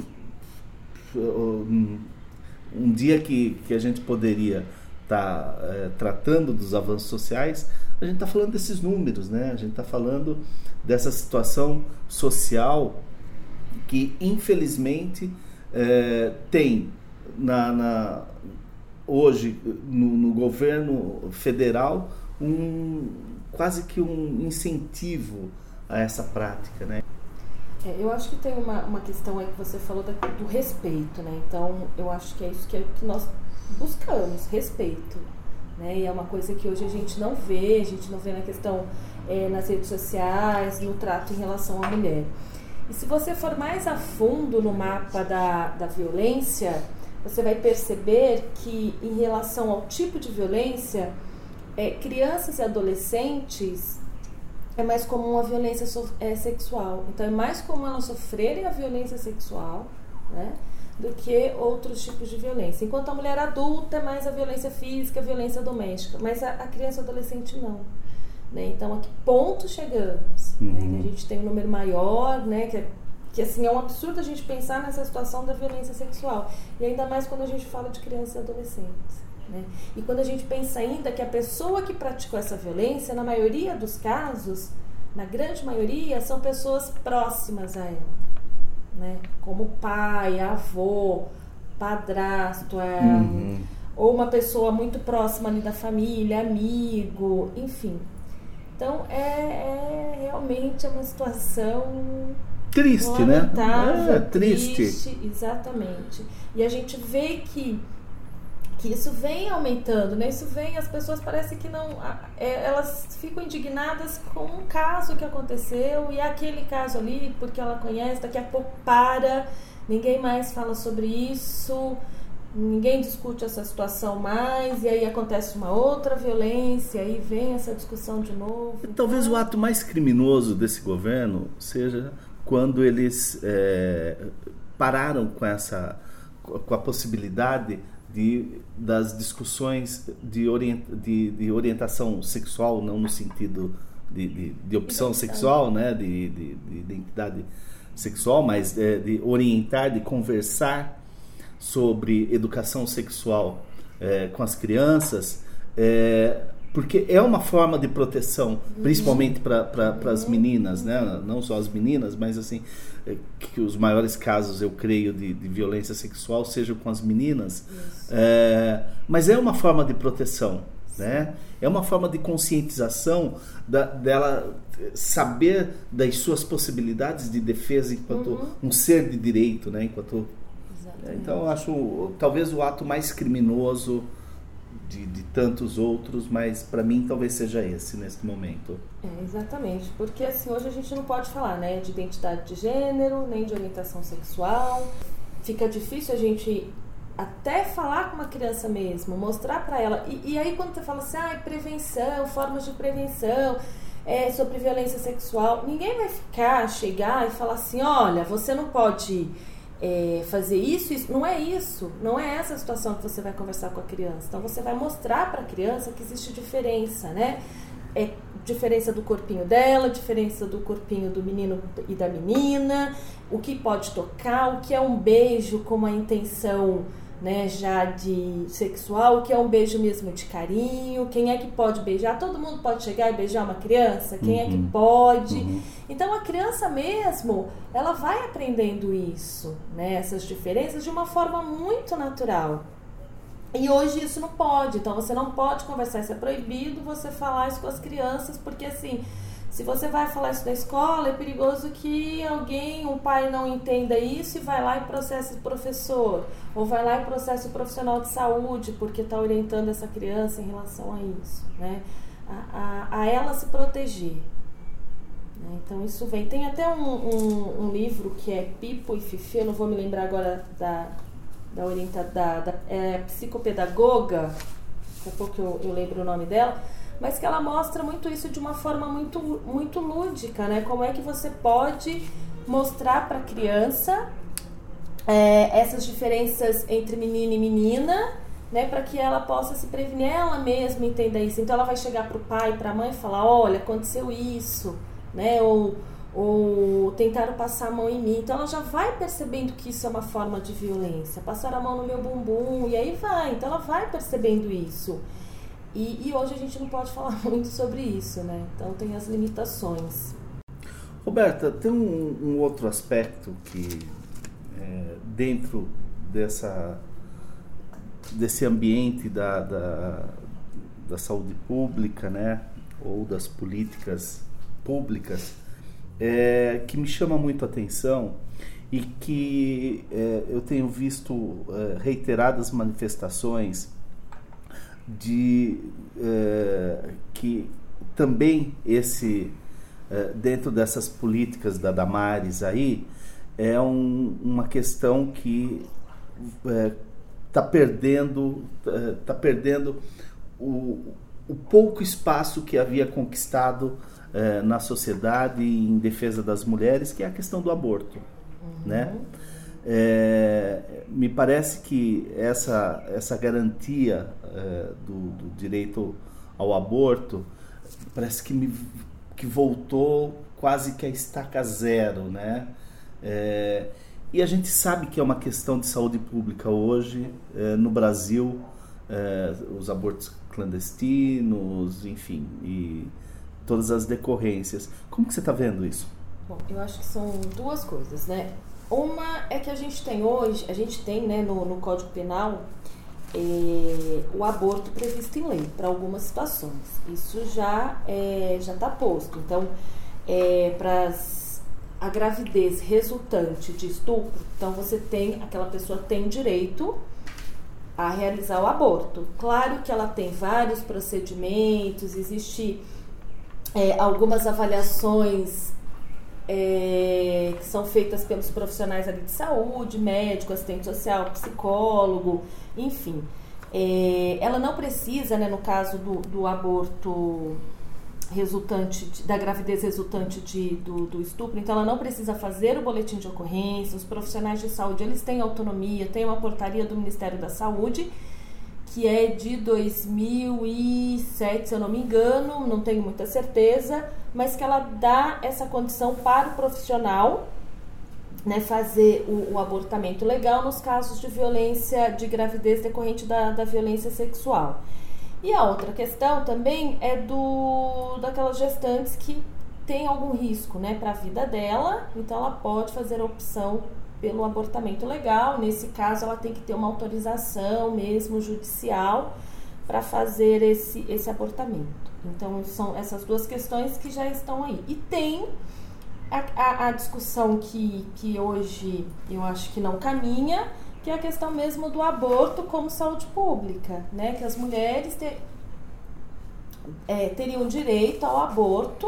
Speaker 2: Um, um dia que, que a gente poderia estar tá, é, tratando dos avanços sociais, a gente está falando desses números, né? A gente está falando dessa situação social que, infelizmente, é, tem na, na, hoje no, no governo federal um, quase que um incentivo a essa prática, né?
Speaker 5: É, eu acho que tem uma, uma questão aí que você falou da, do respeito, né? Então, eu acho que é isso que, é, que nós buscamos, respeito, né? E é uma coisa que hoje a gente não vê, a gente não vê na questão é, nas redes sociais, no trato em relação à mulher. E se você for mais a fundo no mapa da, da violência, você vai perceber que, em relação ao tipo de violência, é, crianças e adolescentes é mais comum a violência so, é, sexual. Então, é mais comum elas sofrerem a violência sexual, né, do que outros tipos de violência. Enquanto a mulher adulta é mais a violência física, a violência doméstica. Mas a, a criança e adolescente não. Né? Então, a que ponto chegamos? Uhum. Né? Que a gente tem um número maior, né, que, que assim, é um absurdo a gente pensar nessa situação da violência sexual. E ainda mais quando a gente fala de crianças e adolescentes. Né? E quando a gente pensa ainda que a pessoa que praticou essa violência, na maioria dos casos, na grande maioria, são pessoas próximas a ela, né? Como pai, avô, padrasto, é, uhum. ou uma pessoa muito próxima ali da família, amigo, enfim. Então é, é realmente uma situação
Speaker 2: triste, né?
Speaker 5: É, triste. triste. Exatamente. E a gente vê que que isso vem aumentando, né? Isso vem, as pessoas parecem que não, é, elas ficam indignadas com um caso que aconteceu e aquele caso ali, porque ela conhece, daqui a pouco para, ninguém mais fala sobre isso, ninguém discute essa situação mais, e aí acontece uma outra violência, e aí vem essa discussão de novo.
Speaker 2: Talvez então, o ato mais criminoso desse governo seja quando eles é, pararam com essa, com a possibilidade De, das discussões de, orient, de, de orientação sexual, não no sentido de, de, de opção sexual, né, de, de, de identidade sexual, mas é, de orientar, de conversar sobre educação sexual é, com as crianças, é, porque é uma forma de proteção, principalmente para pra, as meninas, né, não só as meninas, mas assim, que os maiores casos, eu creio, de, de violência sexual sejam com as meninas, é, mas é uma forma de proteção, né? É uma forma de conscientização da, dela saber das suas possibilidades de defesa enquanto uhum. um ser de direito, né? Enquanto, então eu acho talvez o ato mais criminoso De, de tantos outros, mas para mim talvez seja esse nesse momento.
Speaker 5: É, exatamente, porque assim, hoje a gente não pode falar, né, de identidade de gênero, nem de orientação sexual. Fica difícil a gente até falar com uma criança mesmo, mostrar para ela. E, e aí quando você fala assim, ah, prevenção, formas de prevenção, é, sobre violência sexual, ninguém vai ficar, chegar e falar assim, olha, você não pode É, fazer isso, isso, não é isso, não é essa a situação que você vai conversar com a criança. Então você vai mostrar para a criança que existe diferença, né? É, diferença do corpinho dela, diferença do corpinho do menino e da menina, o que pode tocar, o que é um beijo com uma intenção, né, já de sexual, o que é um beijo mesmo de carinho, quem é que pode beijar, todo mundo pode chegar e beijar uma criança, quem uhum. é que pode, uhum. Então a criança mesmo, ela vai aprendendo isso, né, essas diferenças de uma forma muito natural. E hoje isso não pode, então você não pode conversar, isso é proibido você falar isso com as crianças, porque assim, se você vai falar isso na escola, é perigoso que alguém, um pai não entenda isso e vai lá e processe o professor, ou vai lá e processe o profissional de saúde, porque está orientando essa criança em relação a isso, né? A, a, a ela se proteger. Né? Então isso vem, tem até um, um, um livro que é Pipo e Fifi, eu não vou me lembrar agora da... da orientada, da, da é, psicopedagoga, daqui a pouco eu, eu lembro o nome dela, mas que ela mostra muito isso de uma forma muito, muito lúdica, né? Como é que você pode mostrar para a criança é, essas diferenças entre menino e menina, né? Para que ela possa se prevenir, ela mesma entenda isso. Então ela vai chegar para o pai, para a mãe e falar, olha, aconteceu isso, né? Ou ou tentaram passar a mão em mim, então ela já vai percebendo que isso é uma forma de violência, passaram a mão no meu bumbum, e aí vai, então ela vai percebendo isso, e, e hoje a gente não pode falar muito sobre isso, né, então tem as limitações.
Speaker 2: Roberta, tem um, um outro aspecto que é, dentro dessa, desse ambiente da, da, da saúde pública, né, ou das políticas públicas, É, que me chama muito a atenção e que é, eu tenho visto é, reiteradas manifestações de é, que também esse é, dentro dessas políticas da Damares aí é um, uma questão que está é, perdendo é, tá perdendo o, o pouco espaço que havia conquistado na sociedade em defesa das mulheres, que é a questão do aborto, uhum. né? É, me parece que essa, essa garantia é, do, do direito ao aborto parece que, me, que voltou quase que a estaca zero, né? É, e a gente sabe que é uma questão de saúde pública hoje, é, no Brasil, é, os abortos clandestinos, enfim, e todas as decorrências. Como que você está vendo isso?
Speaker 5: Bom, eu acho que são duas coisas, né? Uma é que a gente tem hoje, a gente tem, né, no, no Código Penal, é, o aborto previsto em lei para algumas situações. Isso já é, já está posto. Então, é, para a gravidez resultante de estupro, então você tem, aquela pessoa tem direito a realizar o aborto. Claro que ela tem vários procedimentos, existe É, algumas avaliações é, que são feitas pelos profissionais ali de saúde, médico, assistente social, psicólogo, enfim. É, ela não precisa, né, no caso do, do aborto resultante, de, da gravidez resultante de, do, do estupro, então ela não precisa fazer o boletim de ocorrência, os profissionais de saúde, eles têm autonomia, tem uma portaria do Ministério da Saúde, que é de dois mil e sete, se eu não me engano, não tenho muita certeza, mas que ela dá essa condição para o profissional, né, fazer o, o abortamento legal nos casos de violência, de gravidez decorrente da, da violência sexual. E a outra questão também é do, daquelas gestantes que tem algum risco, né, para a vida dela, então ela pode fazer a opção pelo abortamento legal. Nesse caso ela tem que ter uma autorização mesmo judicial para fazer esse, esse abortamento. Então são essas duas questões que já estão aí. E tem a, a, a discussão que, que hoje eu acho que não caminha, que é a questão mesmo do aborto como saúde pública, né? Que as mulheres ter, é, teriam direito ao aborto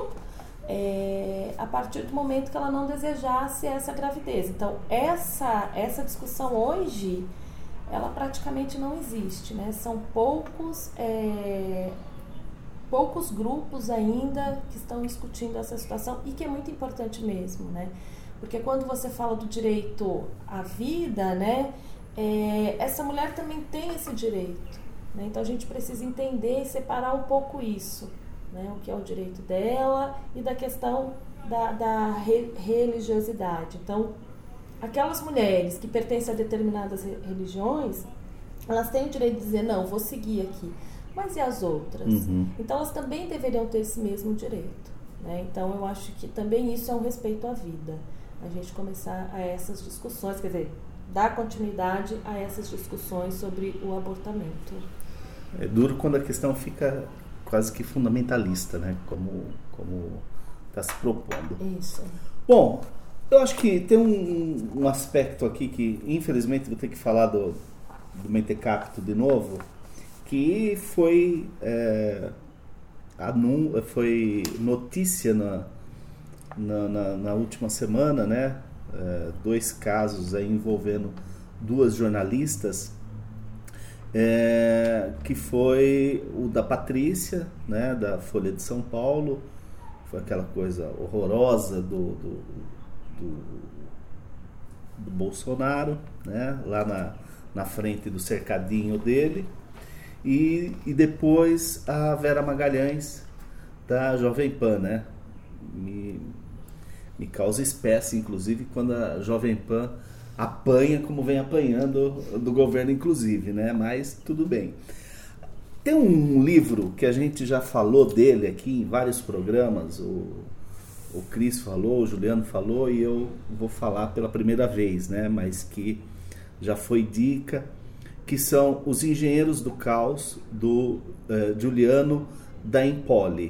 Speaker 5: É, a partir do momento que ela não desejasse essa gravidez. Então, essa, essa discussão hoje, ela praticamente não existe, né? São poucos, é, poucos grupos ainda que estão discutindo essa situação, e que é muito importante mesmo, né? Porque quando você fala do direito à vida, né, é, essa mulher também tem esse direito, né? Então, a gente precisa entender e separar um pouco isso. né, o que é o direito dela e da questão da, da re, religiosidade. Então, aquelas mulheres que pertencem a determinadas religiões, elas têm o direito de dizer, não, vou seguir aqui. Mas e as outras? Uhum. Então, elas também deveriam ter esse mesmo direito, né? Então, eu acho que também isso é um respeito à vida. A gente começar a essas discussões, quer dizer, dar continuidade a essas discussões sobre o abortamento.
Speaker 2: É duro quando a questão fica quase que fundamentalista, né? Como como está se propondo.
Speaker 5: Isso.
Speaker 2: Bom, eu acho que tem um, um aspecto aqui que, infelizmente, vou ter que falar do, do Mentecapto de novo, que foi, é, anun, foi notícia na, na, na, na última semana, né? É, dois casos aí envolvendo duas jornalistas, é, que foi o da Patrícia, né, da Folha de São Paulo, foi aquela coisa horrorosa do, do, do, do Bolsonaro, né, lá na, na frente do cercadinho dele, e, e depois a Vera Magalhães da Jovem Pan, né, me, me causa espécie, inclusive, quando a Jovem Pan apanha como vem apanhando do governo, inclusive, né? Mas tudo bem. Tem um livro que a gente já falou dele aqui em vários programas, o, o Cris falou, o Juliano falou, e eu vou falar pela primeira vez, né? Mas que já foi dica, que são Os Engenheiros do Caos, do uh, Giuliano da Empoli,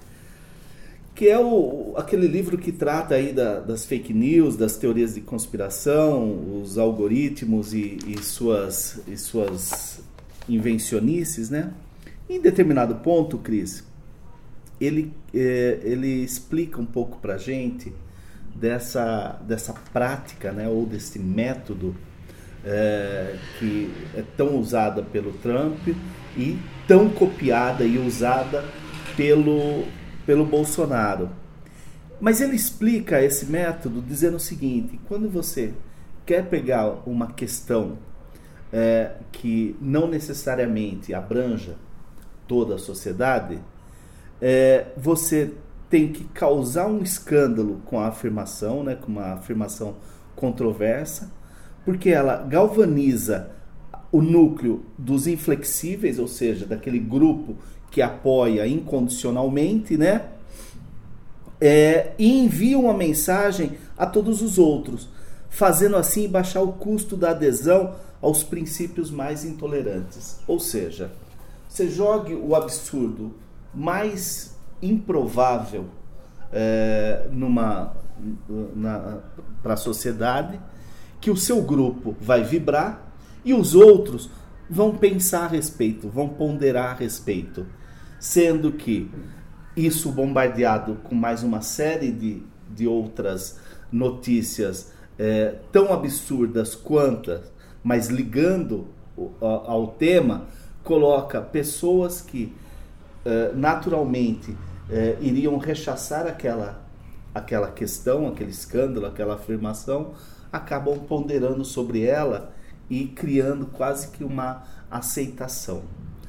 Speaker 2: que é o, aquele livro que trata aí da, das fake news, das teorias de conspiração, os algoritmos e, e, suas, e suas invencionices, né? Em determinado ponto, Cris, ele, é, ele explica um pouco pra gente dessa, dessa prática, né? Ou desse método é, que é tão usada pelo Trump e tão copiada e usada pelo... pelo Bolsonaro. Mas ele explica esse método dizendo o seguinte: quando você quer pegar uma questão é, que não necessariamente abranja toda a sociedade, é, você tem que causar um escândalo com a afirmação, né, com uma afirmação controversa, porque ela galvaniza o núcleo dos inflexíveis, ou seja, daquele grupo que apoia incondicionalmente, né? É, e envia uma mensagem a todos os outros, fazendo assim baixar o custo da adesão aos princípios mais intolerantes. Ou seja, você jogue o absurdo mais improvável é, numa, para a sociedade, que o seu grupo vai vibrar e os outros vão pensar a respeito, vão ponderar a respeito. Sendo que isso bombardeado com mais uma série de, de outras notícias é, tão absurdas quanto, mas ligando ao, ao tema, coloca pessoas que é, naturalmente é, iriam rechaçar aquela, aquela questão, aquele escândalo, aquela afirmação, acabam ponderando sobre ela e criando quase que uma aceitação.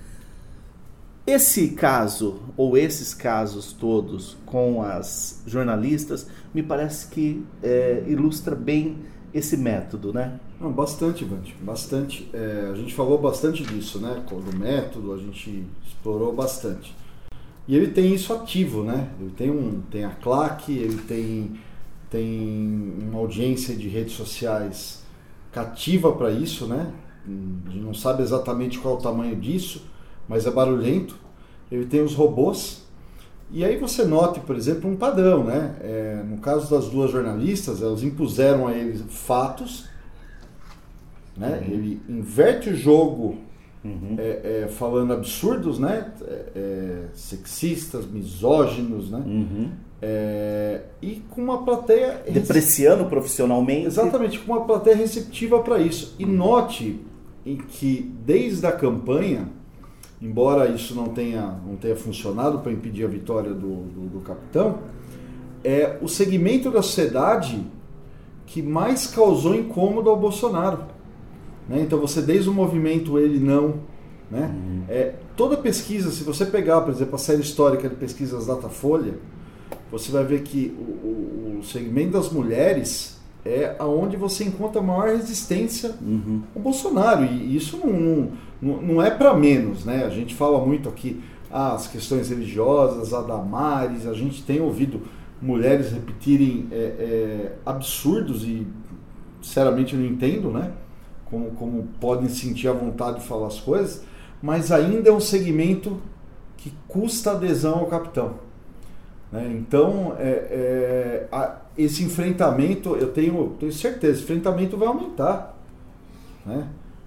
Speaker 2: Esse caso, ou esses casos todos com as jornalistas, me parece que é, ilustra bem esse método, né?
Speaker 3: Não, bastante, Vante, bastante. É, a gente falou bastante disso, né? Do método, a gente explorou bastante. E ele tem isso ativo, né? Ele tem, um, tem a claque, ele tem, tem uma audiência de redes sociais cativa para isso, né? A gente não sabe exatamente qual é o tamanho disso, mas é barulhento. Ele tem os robôs. E aí você note, por exemplo, um padrão, né? É, no caso das duas jornalistas, elas impuseram a eles fatos, né? Uhum. Ele inverte o jogo, uhum. é, é, falando absurdos, né? É, é, sexistas, misóginos, né? Uhum. É, e com uma plateia...
Speaker 2: Depreciando profissionalmente.
Speaker 3: Exatamente, com uma plateia receptiva para isso. E note em que, desde a campanha, embora isso não tenha, não tenha funcionado para impedir a vitória do, do, do capitão, é o segmento da sociedade que mais causou incômodo ao Bolsonaro. Né? Então você, desde o movimento Ele Não, Né? Uhum. É, toda pesquisa, se você pegar, por exemplo, a série histórica de pesquisas Datafolha, você vai ver que o, o, o segmento das mulheres é aonde você encontra a maior resistência uhum. ao Bolsonaro. E isso não, não, não é para menos. Né? A gente fala muito aqui ah, as questões religiosas, a Damares, a gente tem ouvido mulheres repetirem é, é, absurdos e, sinceramente, eu não entendo, né? Como, como podem sentir a vontade de falar as coisas, mas ainda é um segmento que custa adesão ao capitão. Né? Então, é, é, a, esse enfrentamento, eu tenho, tenho certeza, esse enfrentamento vai aumentar. Né?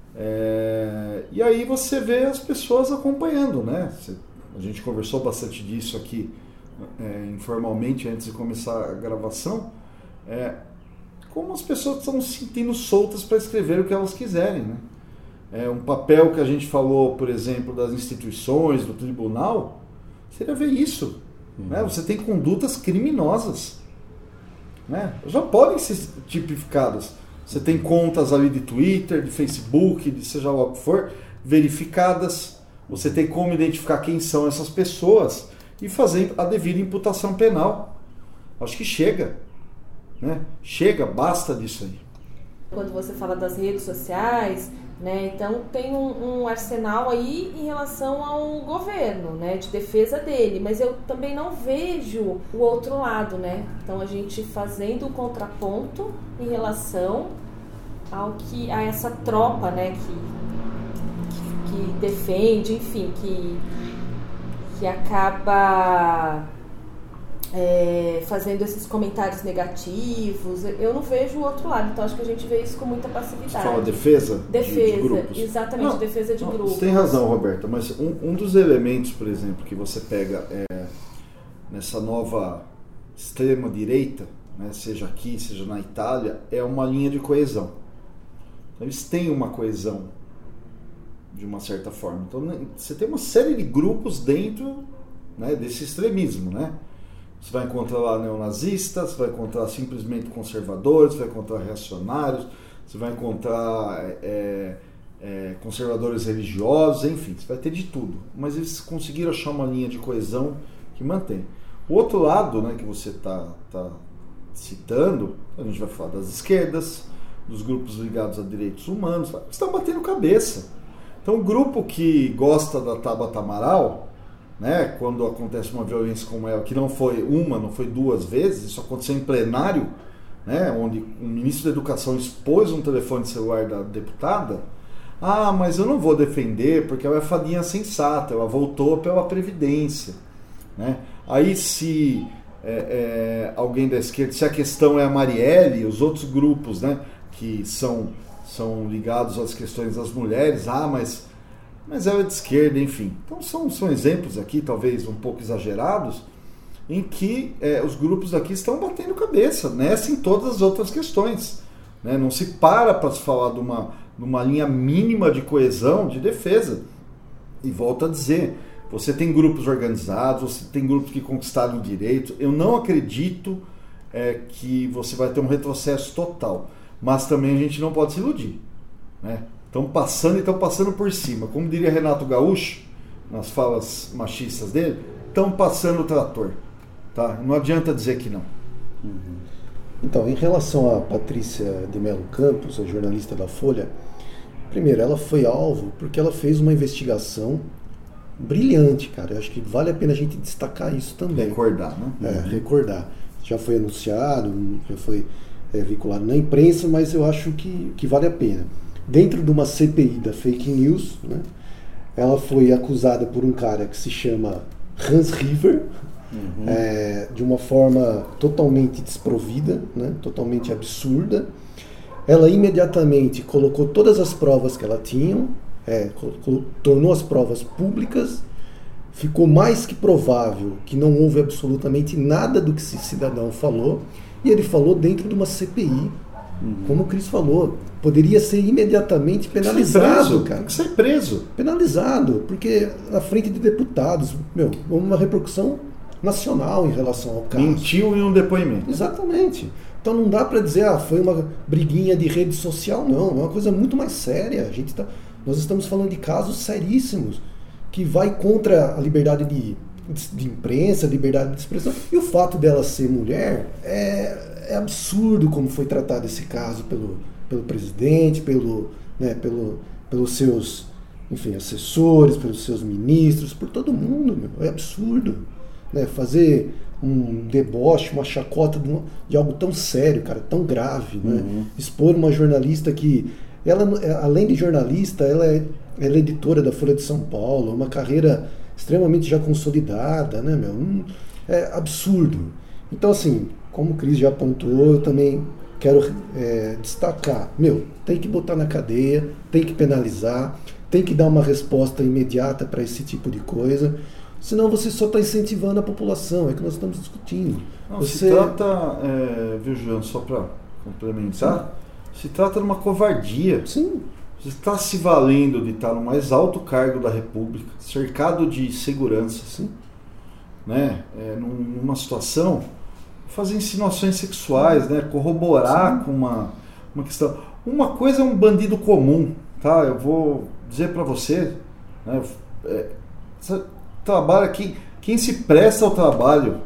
Speaker 3: É, e aí você vê as pessoas acompanhando. Né? A gente conversou bastante disso aqui é, informalmente antes de começar a gravação. É, como as pessoas estão se sentindo soltas para escrever o que elas quiserem. Né? É, um papel que a gente falou, por exemplo, das instituições, do tribunal, seria ver isso. Uhum. Né? Você tem condutas criminosas. Né? Já podem ser tipificadas. Você tem contas ali de Twitter, de Facebook, de seja lá o que for, verificadas. Você tem como identificar quem são essas pessoas e fazer a devida imputação penal. Acho que chega. Né? Chega, basta disso aí.
Speaker 5: Quando você fala das redes sociais, né, então tem um, um arsenal aí em relação ao governo, né, de defesa dele, mas eu também não vejo o outro lado, né? Então a gente fazendo o contraponto em relação ao que a essa tropa, né, que, que, que defende, enfim, que, que acaba É, fazendo esses comentários negativos. Eu não vejo o outro lado, então acho que a gente vê isso com muita passividade.
Speaker 3: Você fala defesa?
Speaker 5: Defesa,
Speaker 3: de, de grupos.
Speaker 5: Exatamente, não, defesa de
Speaker 3: não,
Speaker 5: grupos.
Speaker 3: Você tem razão, Roberta, mas um, um dos elementos, por exemplo, que você pega é, nessa nova extrema-direita, né, seja aqui, seja na Itália, é uma linha de coesão. Então, eles têm uma coesão, de uma certa forma. Então, você tem uma série de grupos dentro, né, desse extremismo, né? Você vai encontrar lá neonazistas, você vai encontrar simplesmente conservadores, você vai encontrar reacionários, você vai encontrar é, é, conservadores religiosos, enfim, você vai ter de tudo. Mas eles conseguiram achar uma linha de coesão que mantém. O outro lado, né, que você está tá citando, a gente vai falar das esquerdas, dos grupos ligados a direitos humanos, estão batendo cabeça. Então, o grupo que gosta da Tabata Amaral, né, quando acontece uma violência como ela, que não foi uma, não foi duas vezes, isso aconteceu em plenário, né, onde o ministro da Educação expôs um telefone celular da deputada. Ah, mas eu não vou defender porque ela é fadinha sensata, ela voltou pela Previdência. Né? Aí se é, é, alguém da esquerda, se a questão é a Marielle, os outros grupos, né, que são, são ligados às questões das mulheres, ah, mas... mas ela é de esquerda, enfim. Então são, são exemplos aqui, talvez um pouco exagerados, em que é, os grupos aqui estão batendo cabeça, nessa e em todas as outras questões. Né? Não se para para se falar de uma, de uma linha mínima de coesão, de defesa. E volto a dizer, você tem grupos organizados, você tem grupos que conquistaram direitos. Eu não acredito é, que você vai ter um retrocesso total, mas também a gente não pode se iludir, né? Estão passando e estão passando por cima. Como diria Renato Gaúcho, nas falas machistas dele, estão passando o trator. Tá? Não adianta dizer que não.
Speaker 4: Uhum. Então, em relação a Patrícia de Mello Campos, a jornalista da Folha, primeiro, ela foi alvo porque ela fez uma investigação brilhante, cara. Eu acho que vale a pena a gente destacar isso também.
Speaker 3: Recordar, né?
Speaker 4: É, uhum. recordar. Já foi anunciado, já foi é, vinculado na imprensa, mas eu acho que, que vale a pena. Dentro de uma C P I da fake news, né, ela foi acusada por um cara que se chama Hans River, uhum. é, de uma forma totalmente desprovida, né, totalmente absurda. Ela imediatamente colocou todas as provas que ela tinha, é, colocou, tornou as provas públicas. Ficou mais que provável que não houve absolutamente nada do que esse cidadão falou, e ele falou dentro de uma C P I. Uhum. Como o Cris falou, poderia ser imediatamente penalizado, cara.
Speaker 3: Tem que ser preso.
Speaker 4: Penalizado, porque na frente de deputados, meu, uma repercussão nacional em relação ao caso.
Speaker 3: Mentiu em um depoimento.
Speaker 4: Exatamente. Então não dá para dizer, ah, foi uma briguinha de rede social, não. É uma coisa muito mais séria. A gente está Nós estamos falando de casos seríssimos que vai contra a liberdade de, de imprensa, liberdade de expressão. E o fato dela ser mulher é, é absurdo como foi tratado esse caso pelo, pelo presidente, pelo, né, pelo, pelos seus, enfim, assessores, pelos seus ministros, por todo mundo. Meu. É absurdo, né, fazer um deboche, uma chacota de, uma, de algo tão sério, cara, tão grave, né? Uhum. Expor uma jornalista que, ela, além de jornalista, ela é, ela é editora da Folha de São Paulo, uma carreira extremamente já consolidada, né, meu? Um, é absurdo. Então, assim, como o Cris já apontou, eu também quero é, destacar, meu, tem que botar na cadeia, tem que penalizar, tem que dar uma resposta imediata para esse tipo de coisa. Senão você só está incentivando a população, é que nós estamos discutindo.
Speaker 3: Não,
Speaker 4: você...
Speaker 3: Se trata, é, viu, Juliano, só para complementar, Sim. se trata de uma covardia.
Speaker 4: Sim.
Speaker 3: Você está se valendo de estar no mais alto cargo da República, cercado de segurança,
Speaker 4: Sim.
Speaker 3: né? É, numa situação, fazer insinuações sexuais, né? Corroborar Sim. com uma, uma questão. Uma coisa é um bandido comum, tá? Eu vou dizer para você, né? É, trabalho aqui, quem se presta ao trabalho,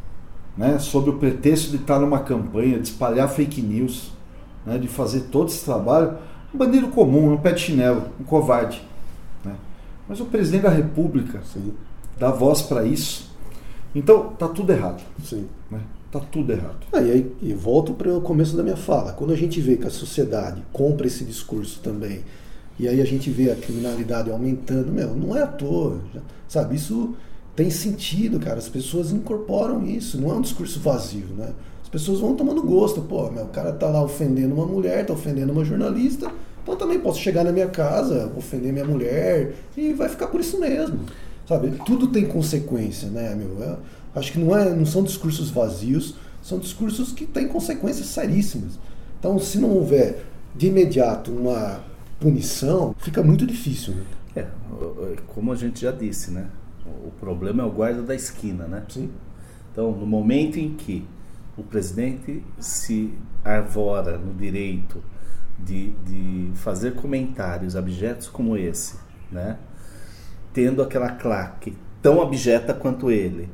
Speaker 3: né, sob o pretexto de estar numa campanha, de espalhar fake news, né, de fazer todo esse trabalho, um bandido comum, um pé de chinelo, um covarde, né? Mas o presidente da República
Speaker 4: Sim.
Speaker 3: dá voz para isso, então tá tudo errado.
Speaker 4: Sim.
Speaker 3: Né? Tá tudo errado.
Speaker 4: Ah, e aí, e volto para o começo da minha fala, quando a gente vê que a sociedade compra esse discurso também, e aí a gente vê a criminalidade aumentando, meu, não é à toa, sabe? Isso tem sentido, cara. As pessoas incorporam isso, não é um discurso vazio, né? As pessoas vão tomando gosto, pô, meu, o cara tá lá ofendendo uma mulher, tá ofendendo uma jornalista, então eu também posso chegar na minha casa, ofender minha mulher, e vai ficar por isso mesmo, sabe? Tudo tem consequência, né, meu? Eu acho que não, é, não são discursos vazios, são discursos que têm consequências seríssimas. Então, se não houver de imediato uma punição, fica muito difícil, né?
Speaker 2: É, como a gente já disse, né? O problema é o guarda da esquina, né?
Speaker 4: Sim.
Speaker 2: Então, no momento em que o presidente se arvora no direito de, de fazer comentários abjetos como esse, né? Tendo aquela claque tão abjeta quanto ele,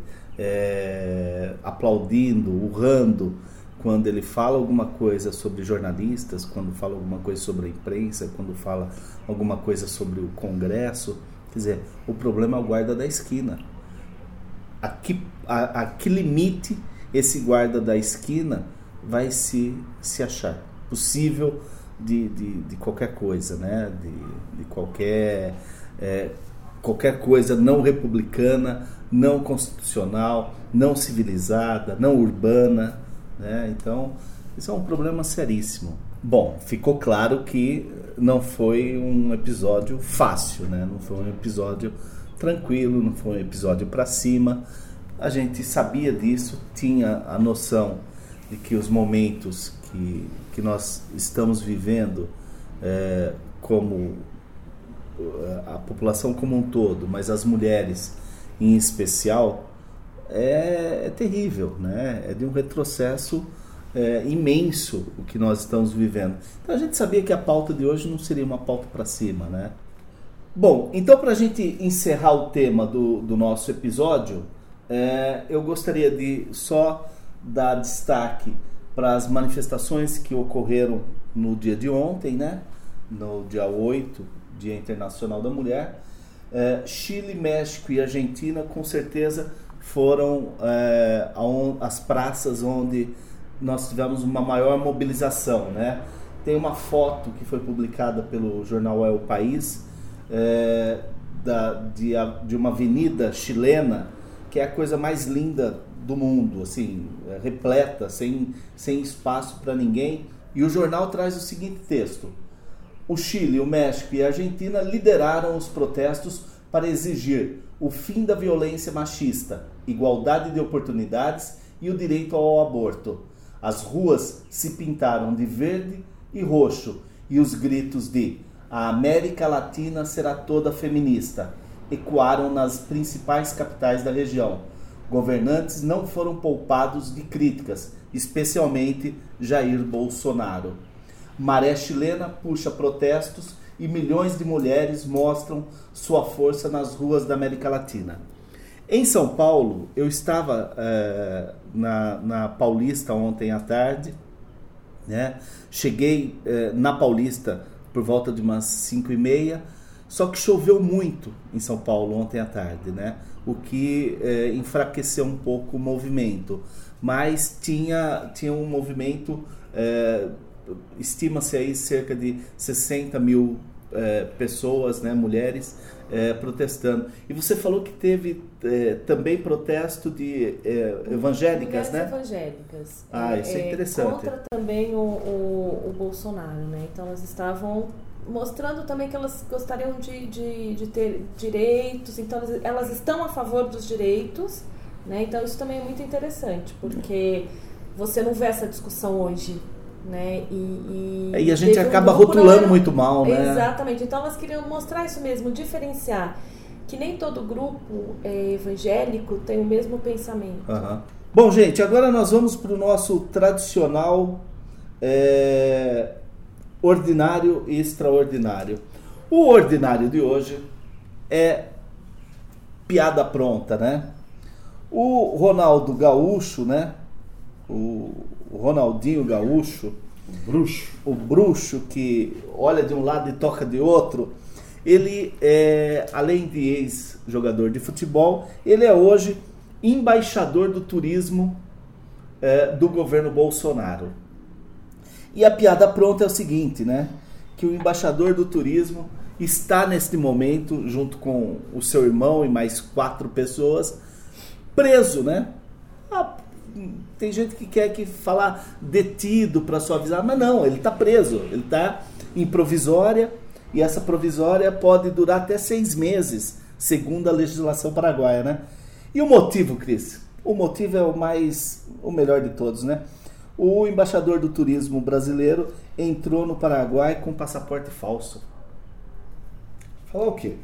Speaker 2: é, aplaudindo, urrando, quando ele fala alguma coisa sobre jornalistas, quando fala alguma coisa sobre a imprensa, quando fala alguma coisa sobre o Congresso, quer dizer, o problema é o guarda da esquina. A que, a, a que limite esse guarda da esquina vai se, se achar possível de, de, de qualquer coisa, né? de, de qualquer, é, qualquer coisa não republicana, não constitucional, não civilizada, não urbana, né? Então, isso é um problema seríssimo. Bom, ficou claro que não foi um episódio fácil, né? Não foi um episódio tranquilo, não foi um episódio para cima. A gente sabia disso, tinha a noção de que os momentos que, que nós estamos vivendo, é, como a população como um todo, mas as mulheres em especial, é, é terrível, né? É de um retrocesso é, imenso o que nós estamos vivendo. Então a gente sabia que a pauta de hoje não seria uma pauta para cima, né? Bom, então para a gente encerrar o tema do, do nosso episódio, é, eu gostaria de só dar destaque para as manifestações que ocorreram no dia de ontem, né? No dia oito, Dia Internacional da Mulher. É, Chile, México e Argentina com certeza foram é, as praças onde nós tivemos uma maior mobilização, né? Tem uma foto que foi publicada pelo jornal El País, é, da, de, de uma avenida chilena que é a coisa mais linda do mundo, assim, é, repleta, sem, sem espaço para ninguém. E o jornal traz o seguinte texto: o Chile, o México e a Argentina lideraram os protestos para exigir o fim da violência machista, igualdade de oportunidades e o direito ao aborto. As ruas se pintaram de verde e roxo e os gritos de "A América Latina será toda feminista" ecoaram nas principais capitais da região. Governantes não foram poupados de críticas, especialmente Jair Bolsonaro. Maré chilena puxa protestos e milhões de mulheres mostram sua força nas ruas da América Latina. Em São Paulo, eu estava é, na, na Paulista ontem à tarde, né? Cheguei é, na Paulista por volta de umas cinco e meia, só que choveu muito em São Paulo ontem à tarde, né? O que é, enfraqueceu um pouco o movimento, mas tinha, tinha um movimento, é, estima-se aí cerca de sessenta mil é, pessoas, né, mulheres, é, protestando. E você falou que teve é, também protesto de é, evangélicas,
Speaker 5: mulheres
Speaker 2: né?
Speaker 5: evangélicas.
Speaker 2: Ah, isso é interessante.
Speaker 5: Contra também o, o, o Bolsonaro, né? Então elas estavam mostrando também que elas gostariam de, de, de ter direitos, então elas, elas estão a favor dos direitos, né? Então isso também é muito interessante, porque você não vê essa discussão hoje, né? E, e,
Speaker 2: e a gente
Speaker 5: um
Speaker 2: acaba
Speaker 5: grupo,
Speaker 2: rotulando
Speaker 5: era...
Speaker 2: muito mal, né?
Speaker 5: Exatamente, então elas queriam mostrar isso mesmo, diferenciar que nem todo grupo é, evangélico tem o mesmo pensamento.
Speaker 2: Uhum. Bom, gente, agora nós vamos para o nosso tradicional é, ordinário e extraordinário. O ordinário de hoje é piada pronta, né? O Ronaldo Gaúcho, né? O Ronaldinho Gaúcho,
Speaker 3: o bruxo,
Speaker 2: o bruxo que olha de um lado e toca de outro, ele é, além de ex-jogador de futebol, ele é hoje embaixador do turismo é, do governo Bolsonaro. E a piada pronta é o seguinte, né? Que o embaixador do turismo está neste momento, junto com o seu irmão e mais quatro pessoas, preso, né? Ah, tem gente que quer que falar detido para suavizar, mas não, ele está preso, ele está em provisória, e essa provisória pode durar até seis meses, segundo a legislação paraguaia, né? E o motivo, Cris? O motivo é o mais, o melhor de todos, né? O embaixador do turismo brasileiro entrou no Paraguai com passaporte falso.
Speaker 3: Falar o quê?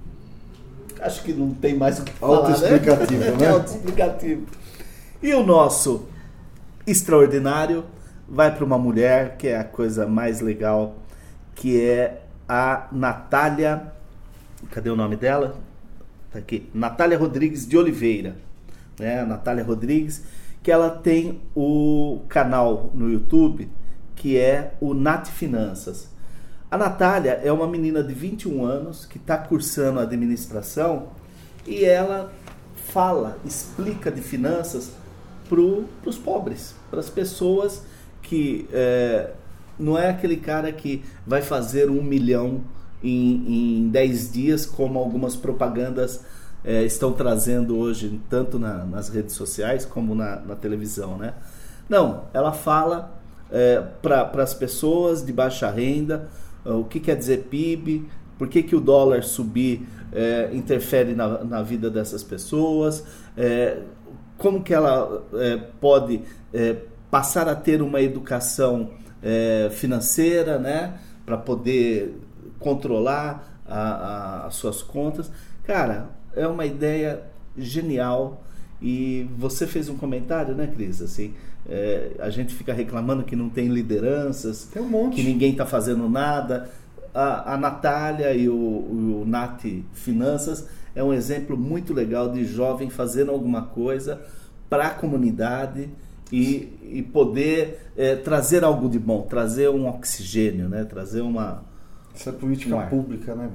Speaker 2: Acho que não tem mais o que falar,
Speaker 3: Autoexplicativo,
Speaker 2: né?
Speaker 3: né?
Speaker 2: Autoexplicativo. E o nosso extraordinário vai para uma mulher que é a coisa mais legal, que é a Natália... Cadê o nome dela? Tá aqui. Natália Rodrigues de Oliveira. Né? A Natália Rodrigues, que ela tem o canal no YouTube, que é o Nat Finanças. A Natália é uma menina de vinte e um anos que está cursando administração e ela fala, explica de finanças para os pobres, para as pessoas que é, não é aquele cara que vai fazer um milhão em, em dez dias, como algumas propagandas é, estão trazendo hoje, tanto na, nas redes sociais como na, na televisão, né? Não, ela fala é, para as pessoas de baixa renda, o que quer dizer P I B, por que, que o dólar subir é, interfere na, na vida dessas pessoas, é, como que ela é, pode é, passar a ter uma educação é, financeira, né, para poder controlar a, a, as suas contas. Cara, é uma ideia genial. E você fez um comentário, né, Cris? Assim, é, a gente fica reclamando que não tem lideranças,
Speaker 3: tem um monte,
Speaker 2: que ninguém está fazendo nada. A, a Natália e o, o Nat Finanças é um exemplo muito legal de jovem fazendo alguma coisa para a comunidade e, e poder é, trazer algo de bom, trazer um oxigênio, né? Trazer uma...
Speaker 3: Isso é política
Speaker 2: um
Speaker 3: pública, né?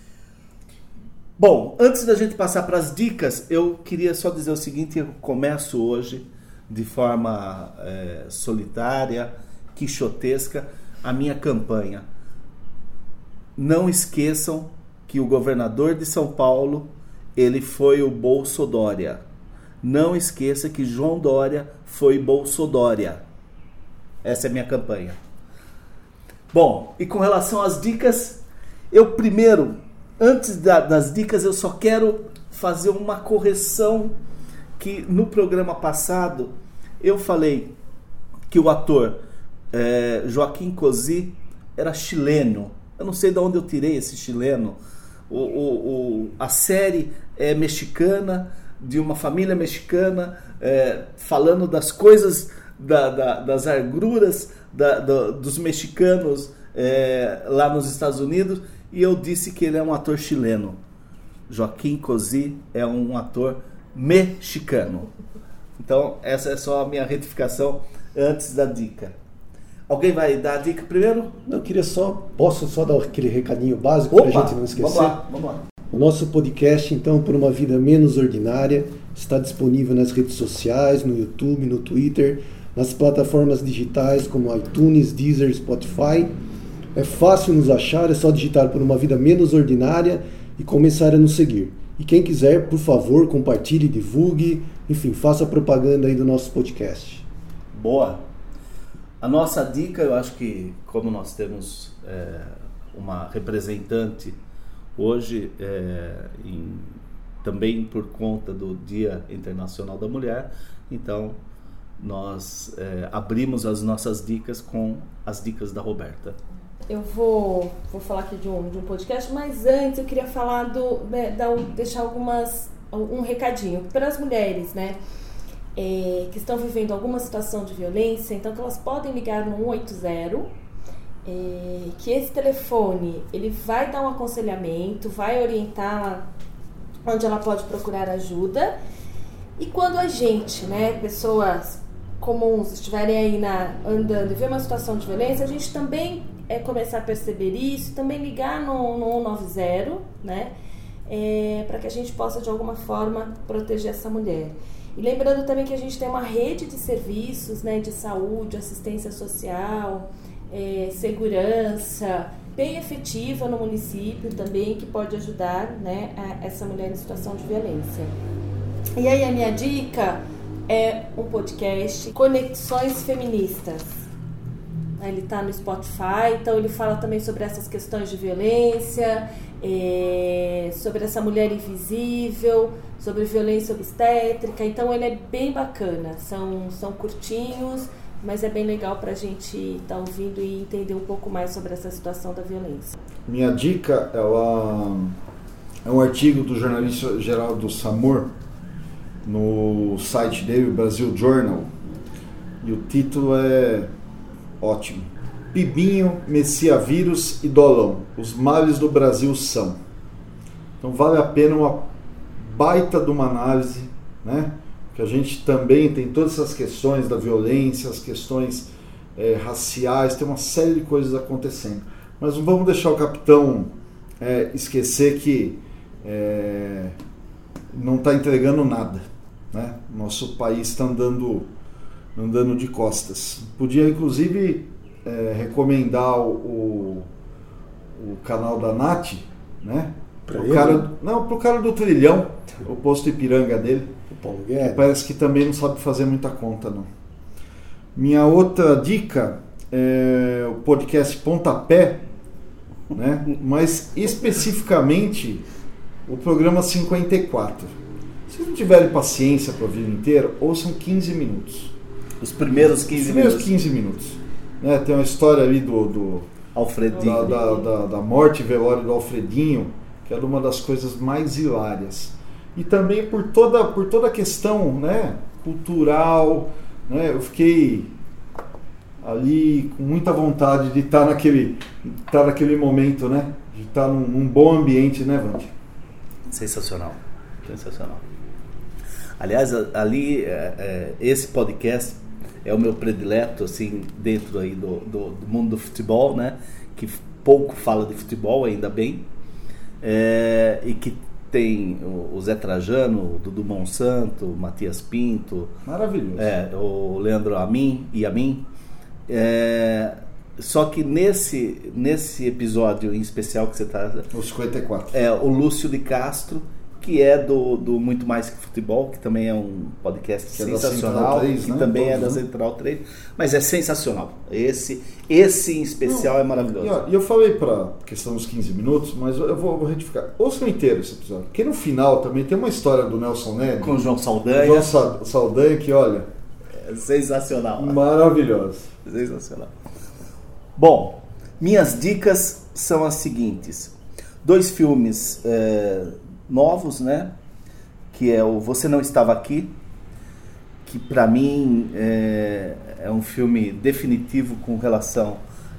Speaker 2: Bom, antes da gente passar para as dicas, eu queria só dizer o seguinte: eu começo hoje de forma é, solitária, quixotesca, a minha campanha. Não esqueçam que o governador de São Paulo, ele foi o Bolsodória. Não esqueça que João Dória foi Bolsodória. Essa é a minha campanha. Bom, e com relação às dicas, eu primeiro, antes da, das dicas, eu só quero fazer uma correção, que no programa passado eu falei que o ator é, Joaquim Cosí era chileno. Eu não sei de onde eu tirei esse chileno. O, o, o, a série é mexicana, de uma família mexicana, é, falando das coisas, da, da, das agruras da, da, dos mexicanos é, lá nos Estados Unidos, e eu disse que ele é um ator chileno. Joaquim Cozzi é um ator mexicano. Então, essa é só a minha retificação antes da dica. Alguém vai dar a dica primeiro?
Speaker 4: Eu queria só, posso só dar aquele recadinho básico para a gente não esquecer?
Speaker 2: Vamos lá, vamos lá.
Speaker 4: O nosso podcast, então, Por Uma Vida Menos Ordinária, está disponível nas redes sociais, no YouTube, no Twitter, nas plataformas digitais como iTunes, Deezer, Spotify. É fácil nos achar, é só digitar Por Uma Vida Menos Ordinária e começar a nos seguir. E quem quiser, por favor, compartilhe, divulgue, enfim, faça propaganda aí do nosso podcast.
Speaker 2: Boa! A nossa dica, eu acho que como nós temos é, uma representante hoje, é, em, também por conta do Dia Internacional da Mulher, então nós é, abrimos as nossas dicas com as dicas da Roberta.
Speaker 5: Eu vou, vou falar aqui de um, de um podcast, mas antes eu queria falar do, né, da, deixar algumas, um recadinho para as mulheres, né, é, que estão vivendo alguma situação de violência, então que elas podem ligar no um oito zero, é, que esse telefone ele vai dar um aconselhamento, vai orientar onde ela pode procurar ajuda, e quando a gente, né, pessoas comuns estiverem aí na, andando e ver uma situação de violência, a gente também é começar a perceber isso, também ligar no, no um nove zero, né, é, para que a gente possa de alguma forma proteger essa mulher. E lembrando também que a gente tem uma rede de serviços, né, de saúde, assistência social, é, segurança, bem efetiva no município também, que pode ajudar, né, a essa mulher em situação de violência. E aí a minha dica é um podcast, Conexões Feministas. Ele está no Spotify, então ele fala também sobre essas questões de violência, é, sobre essa mulher invisível, sobre violência obstétrica. Então ele é bem bacana, são, são curtinhos, mas é bem legal para a gente estar tá ouvindo e entender um pouco mais sobre essa situação da violência.
Speaker 3: Minha dica ela é um artigo do jornalista Geraldo Samor no site dele, o Brasil Journal, e o título é ótimo: Pibinho, Messiavírus e Dolão, os males do Brasil são. Então vale a pena uma baita de uma análise, né? Que a gente também tem todas essas questões da violência, as questões é, raciais, tem uma série de coisas acontecendo. Mas não vamos deixar o capitão é, esquecer que é, não está entregando nada, né? Nosso país está andando, andando de costas. Podia, inclusive, é, recomendar o, o canal da Nath, né? Pro cara, não, pro cara do Trilhão, o posto Ipiranga dele,
Speaker 4: o Paulo Guedes.
Speaker 3: Parece que também não sabe fazer muita conta, não. Minha outra dica é o podcast Pontapé, né? Mas especificamente o programa cinquenta e quatro. Se não tiverem paciência para a vida inteira, ouçam quinze minutos.
Speaker 2: Os primeiros quinze
Speaker 3: Os primeiros
Speaker 2: minutos.
Speaker 3: quinze minutos. Né? Tem uma história ali do, do
Speaker 2: Alfredinho.
Speaker 3: Da, da, da, da morte e velório do Alfredinho, que era uma das coisas mais hilárias. E também por toda, por toda a questão, né, cultural, né? Eu fiquei ali com muita vontade de estar naquele, estar naquele momento, né? De estar num, num bom ambiente, né, Vande?
Speaker 2: Sensacional, sensacional. Aliás, ali, é, é, esse podcast é o meu predileto, assim, dentro aí do, do, do mundo do futebol, né? Que pouco fala de futebol, ainda bem. É, e que tem o, o Zé Trajano, o Dudu Monsanto, o Matias Pinto.
Speaker 3: Maravilhoso.
Speaker 2: É, o Leandro Amin e Amin. É, só que nesse, nesse episódio em especial que você está...
Speaker 3: O cinquenta e quatro.
Speaker 2: É o Lúcio de Castro, que é do, do Muito Mais Que Futebol, que também é um podcast que sensacional, é três, que né? também Todos, é da Central três, mas é sensacional. Esse, esse em especial Não, é maravilhoso.
Speaker 3: E ó, eu falei para questão dos quinze minutos, mas eu vou, vou retificar. Ouçam inteiro esse episódio, porque no final também tem uma história do Nelson Ned.
Speaker 2: Com o João Saldanha.
Speaker 3: João Sa- Saldanha, que olha...
Speaker 2: É sensacional.
Speaker 3: Maravilhoso.
Speaker 2: Sensacional. Bom, minhas dicas são as seguintes. Dois filmes... É, novos, né? Que é o Você Não Estava Aqui, que para mim é, é um filme definitivo com relação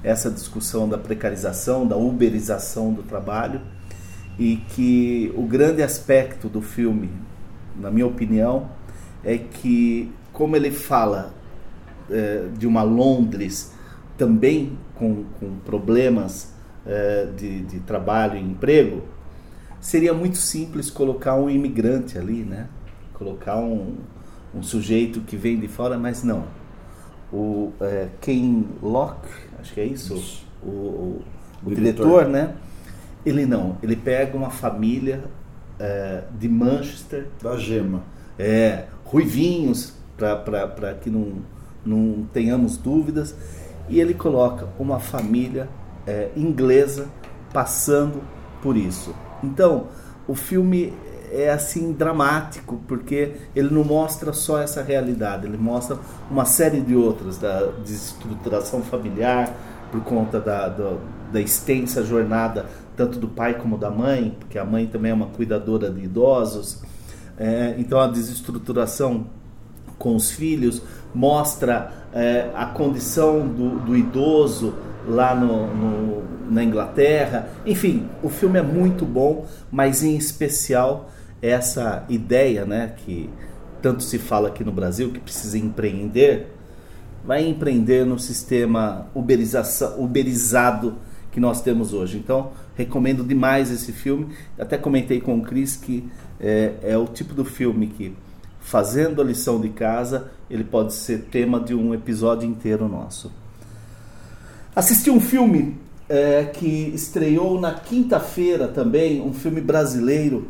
Speaker 2: essa discussão da precarização, da uberização do trabalho, e que o grande aspecto do filme, na minha opinião, é que, como ele fala é, de uma Londres também com, com problemas é, de, de trabalho e emprego, seria muito simples colocar um imigrante ali, né? Colocar um, um sujeito que vem de fora, mas não. O é, Ken Loach, acho que é isso, isso. O, o, o diretor, diretor, né? Ele não, ele pega uma família é, de Manchester.
Speaker 3: Da Gema.
Speaker 2: É, ruivinhos, para que não, não tenhamos dúvidas, e ele coloca uma família é, inglesa passando por isso. Então, o filme é assim dramático, porque ele não mostra só essa realidade, ele mostra uma série de outras, da desestruturação familiar, por conta da, da, da extensa jornada, tanto do pai como da mãe, porque a mãe também é uma cuidadora de idosos. É, então, a desestruturação com os filhos mostra é, a condição do, do idoso lá no, no, na Inglaterra. Enfim, o filme é muito bom, mas em especial essa ideia, né, que tanto se fala aqui no Brasil, que precisa empreender, vai empreender no sistema uberizado que nós temos hoje. Então, recomendo demais esse filme. Até comentei com o Cris que é, é o tipo do filme que, fazendo a lição de casa, ele pode ser tema de um episódio inteiro nosso. Assisti um filme é, que estreou na quinta-feira também, um filme brasileiro,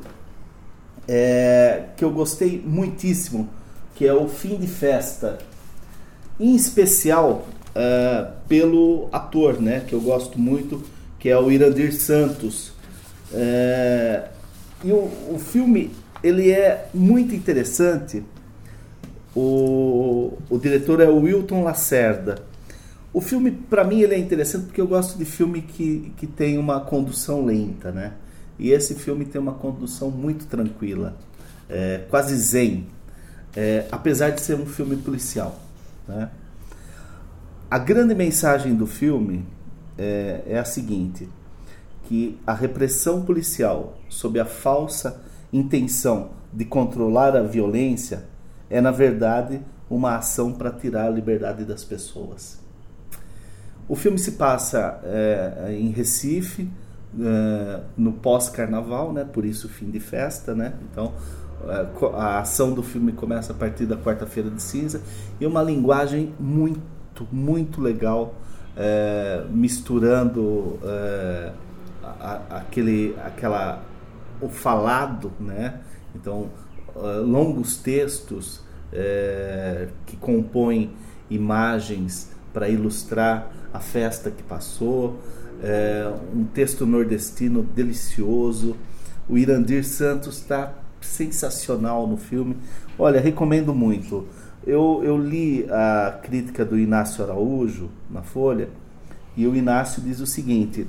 Speaker 2: é, que eu gostei muitíssimo, que é o Fim de Festa. Em especial é, pelo ator, né, que eu gosto muito, que é o Irandir Santos. É, e o, o filme, ele é muito interessante. O, o diretor é o Wilton Lacerda. O filme, para mim, ele é interessante porque eu gosto de filme que, que tem uma condução lenta, né? E esse filme tem uma condução muito tranquila, é, quase zen, é, apesar de ser um filme policial, né? A grande mensagem do filme é, é a seguinte, que a repressão policial, sob a falsa intenção de controlar a violência, é, na verdade, uma ação para tirar a liberdade das pessoas. O filme se passa é, em Recife, é, no pós-carnaval, né? Por isso Fim de Festa, né? Então, é, a ação do filme começa a partir da quarta-feira de cinza, e uma linguagem muito, muito legal, é, misturando é, a, a, aquele, aquela, o falado, né? Então, é, longos textos é, que compõem imagens para ilustrar a festa que passou, é, um texto nordestino delicioso. O Irandir Santos está sensacional no filme. Olha, recomendo muito. Eu, eu li a crítica do Inácio Araújo na Folha, e o Inácio diz o seguinte: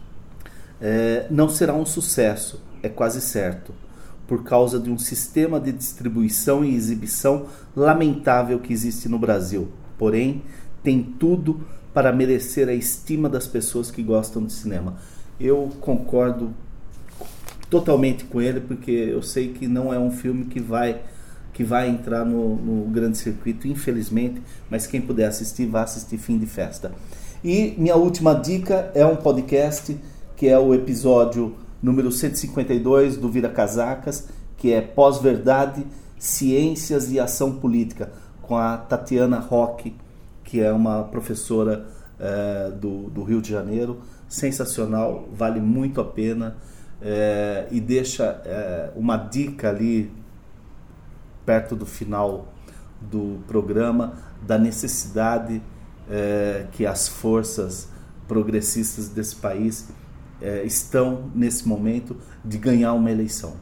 Speaker 2: é, não será um sucesso, é quase certo, por causa de um sistema de distribuição e exibição lamentável que existe no Brasil. Porém, tem tudo para merecer a estima das pessoas que gostam de cinema. Eu concordo totalmente com ele, porque eu sei que não é um filme que vai, que vai entrar no, no grande circuito, infelizmente, mas quem puder assistir, vá assistir Fim de Festa. E minha última dica é um podcast, que é o episódio número cento e cinquenta e dois do Vira Casacas, que é Pós-Verdade, Ciências e Ação Política, com a Tatiana Roque, que é uma professora é, do, do Rio de Janeiro, sensacional, vale muito a pena, é, e deixa é, uma dica ali, perto do final do programa, da necessidade é, que as forças progressistas desse país é, estão, nesse momento, de ganhar uma eleição.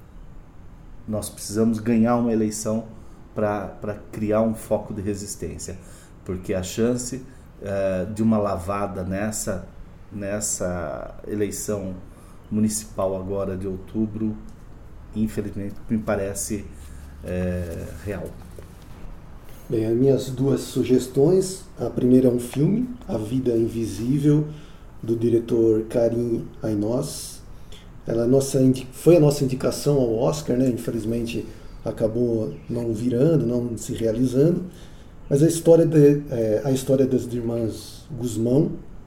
Speaker 2: Nós precisamos ganhar uma eleição para criar um foco de resistência, porque a chance uh, de uma lavada nessa, nessa eleição municipal agora de outubro, infelizmente, me parece uh, real.
Speaker 4: Bem, as minhas duas sugestões, a primeira é um filme, A Vida Invisível, do diretor Karim Ainós. Ela é nossa, foi a nossa indicação ao Oscar, né? Infelizmente acabou não virando, não se realizando, mas a história, de, é, a história das irmãs Guzmão,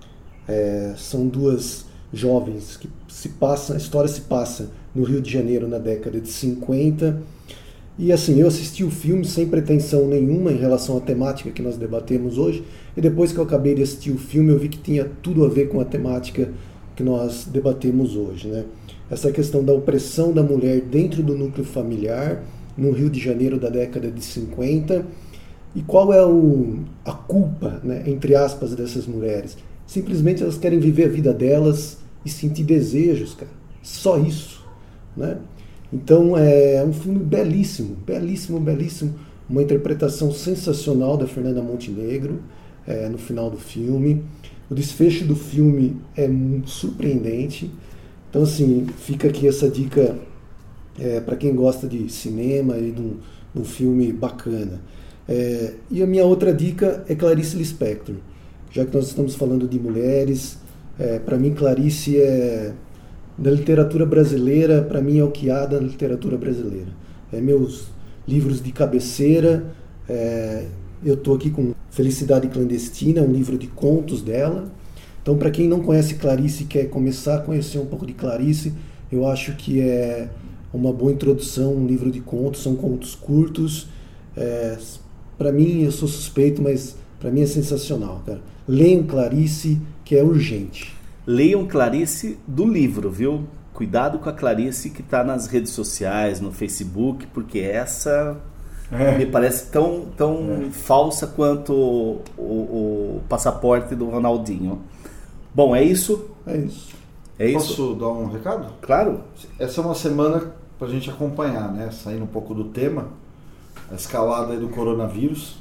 Speaker 4: é, são duas jovens que se passam, a história se passa no Rio de Janeiro na década de cinquenta. E assim, eu assisti o filme sem pretensão nenhuma em relação à temática que nós debatemos hoje, e depois que eu acabei de assistir o filme eu vi que tinha tudo a ver com a temática que nós debatemos hoje, né? Essa questão da opressão da mulher dentro do núcleo familiar, no Rio de Janeiro da década de cinquenta, e qual é o, a culpa, né, entre aspas, dessas mulheres. Simplesmente elas querem viver a vida delas e sentir desejos, cara. Só isso, né? Então é um filme belíssimo, belíssimo, belíssimo. Uma interpretação sensacional da Fernanda Montenegro é, no final do filme. O desfecho do filme é muito surpreendente. Então, assim, fica aqui essa dica é, para quem gosta de cinema e de um, de um filme bacana. É, e a minha outra dica é Clarice Lispector. Já que nós estamos falando de mulheres, é, para mim Clarice é... da literatura brasileira, para mim é o que há da literatura brasileira. É meus livros de cabeceira. É, eu estou aqui com Felicidade Clandestina, um livro de contos dela. Então, para quem não conhece Clarice e quer começar a conhecer um pouco de Clarice, eu acho que é uma boa introdução, um livro de contos, são contos curtos. É, para mim, eu sou suspeito, mas para mim é sensacional, cara. Leiam Clarice, que é urgente.
Speaker 2: Leiam Clarice do livro, viu? Cuidado com a Clarice que está nas redes sociais, no Facebook, porque essa é. me parece tão, tão é. falsa quanto o, o, o passaporte do Ronaldinho. Bom, é isso?
Speaker 4: É isso.
Speaker 2: É isso?
Speaker 3: Posso dar um recado?
Speaker 2: Claro.
Speaker 3: Essa é uma semana para a gente acompanhar, né? Saindo um pouco do tema, a escalada aí do coronavírus,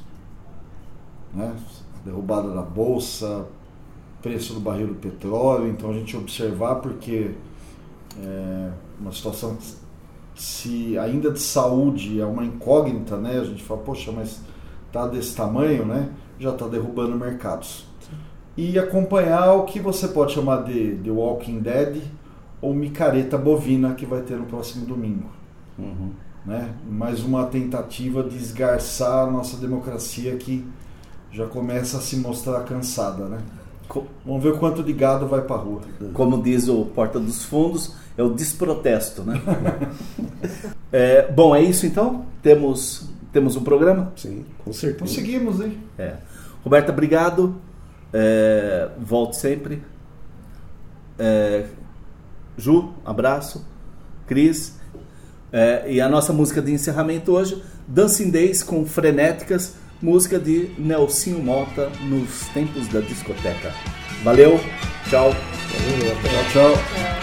Speaker 3: né? Derrubada da bolsa, preço do barril do petróleo, então a gente observar porque é uma situação se ainda de saúde é uma incógnita, né? A gente fala, poxa, mas tá desse tamanho, né? Já está derrubando mercados. E acompanhar o que você pode chamar de, de Walking Dead ou micareta bovina que vai ter no próximo domingo.
Speaker 2: Uhum.
Speaker 3: Né? Mais uma tentativa de esgarçar a nossa democracia que já começa a se mostrar cansada, né? Vamos ver o quanto de gado vai para a rua.
Speaker 2: Como diz o Porta dos Fundos, é o desprotesto, né? é, bom, é isso então? Temos, temos um programa?
Speaker 4: Sim, com certeza.
Speaker 3: Conseguimos, hein?
Speaker 2: É. Roberta, obrigado. É, volte sempre. É, Ju, abraço. Cris. É, e a nossa música de encerramento hoje, Dancing Days com Frenéticas, música de Nelsinho Mota, Nos Tempos da Discoteca. Valeu, tchau.
Speaker 4: Valeu,
Speaker 3: tchau, tchau.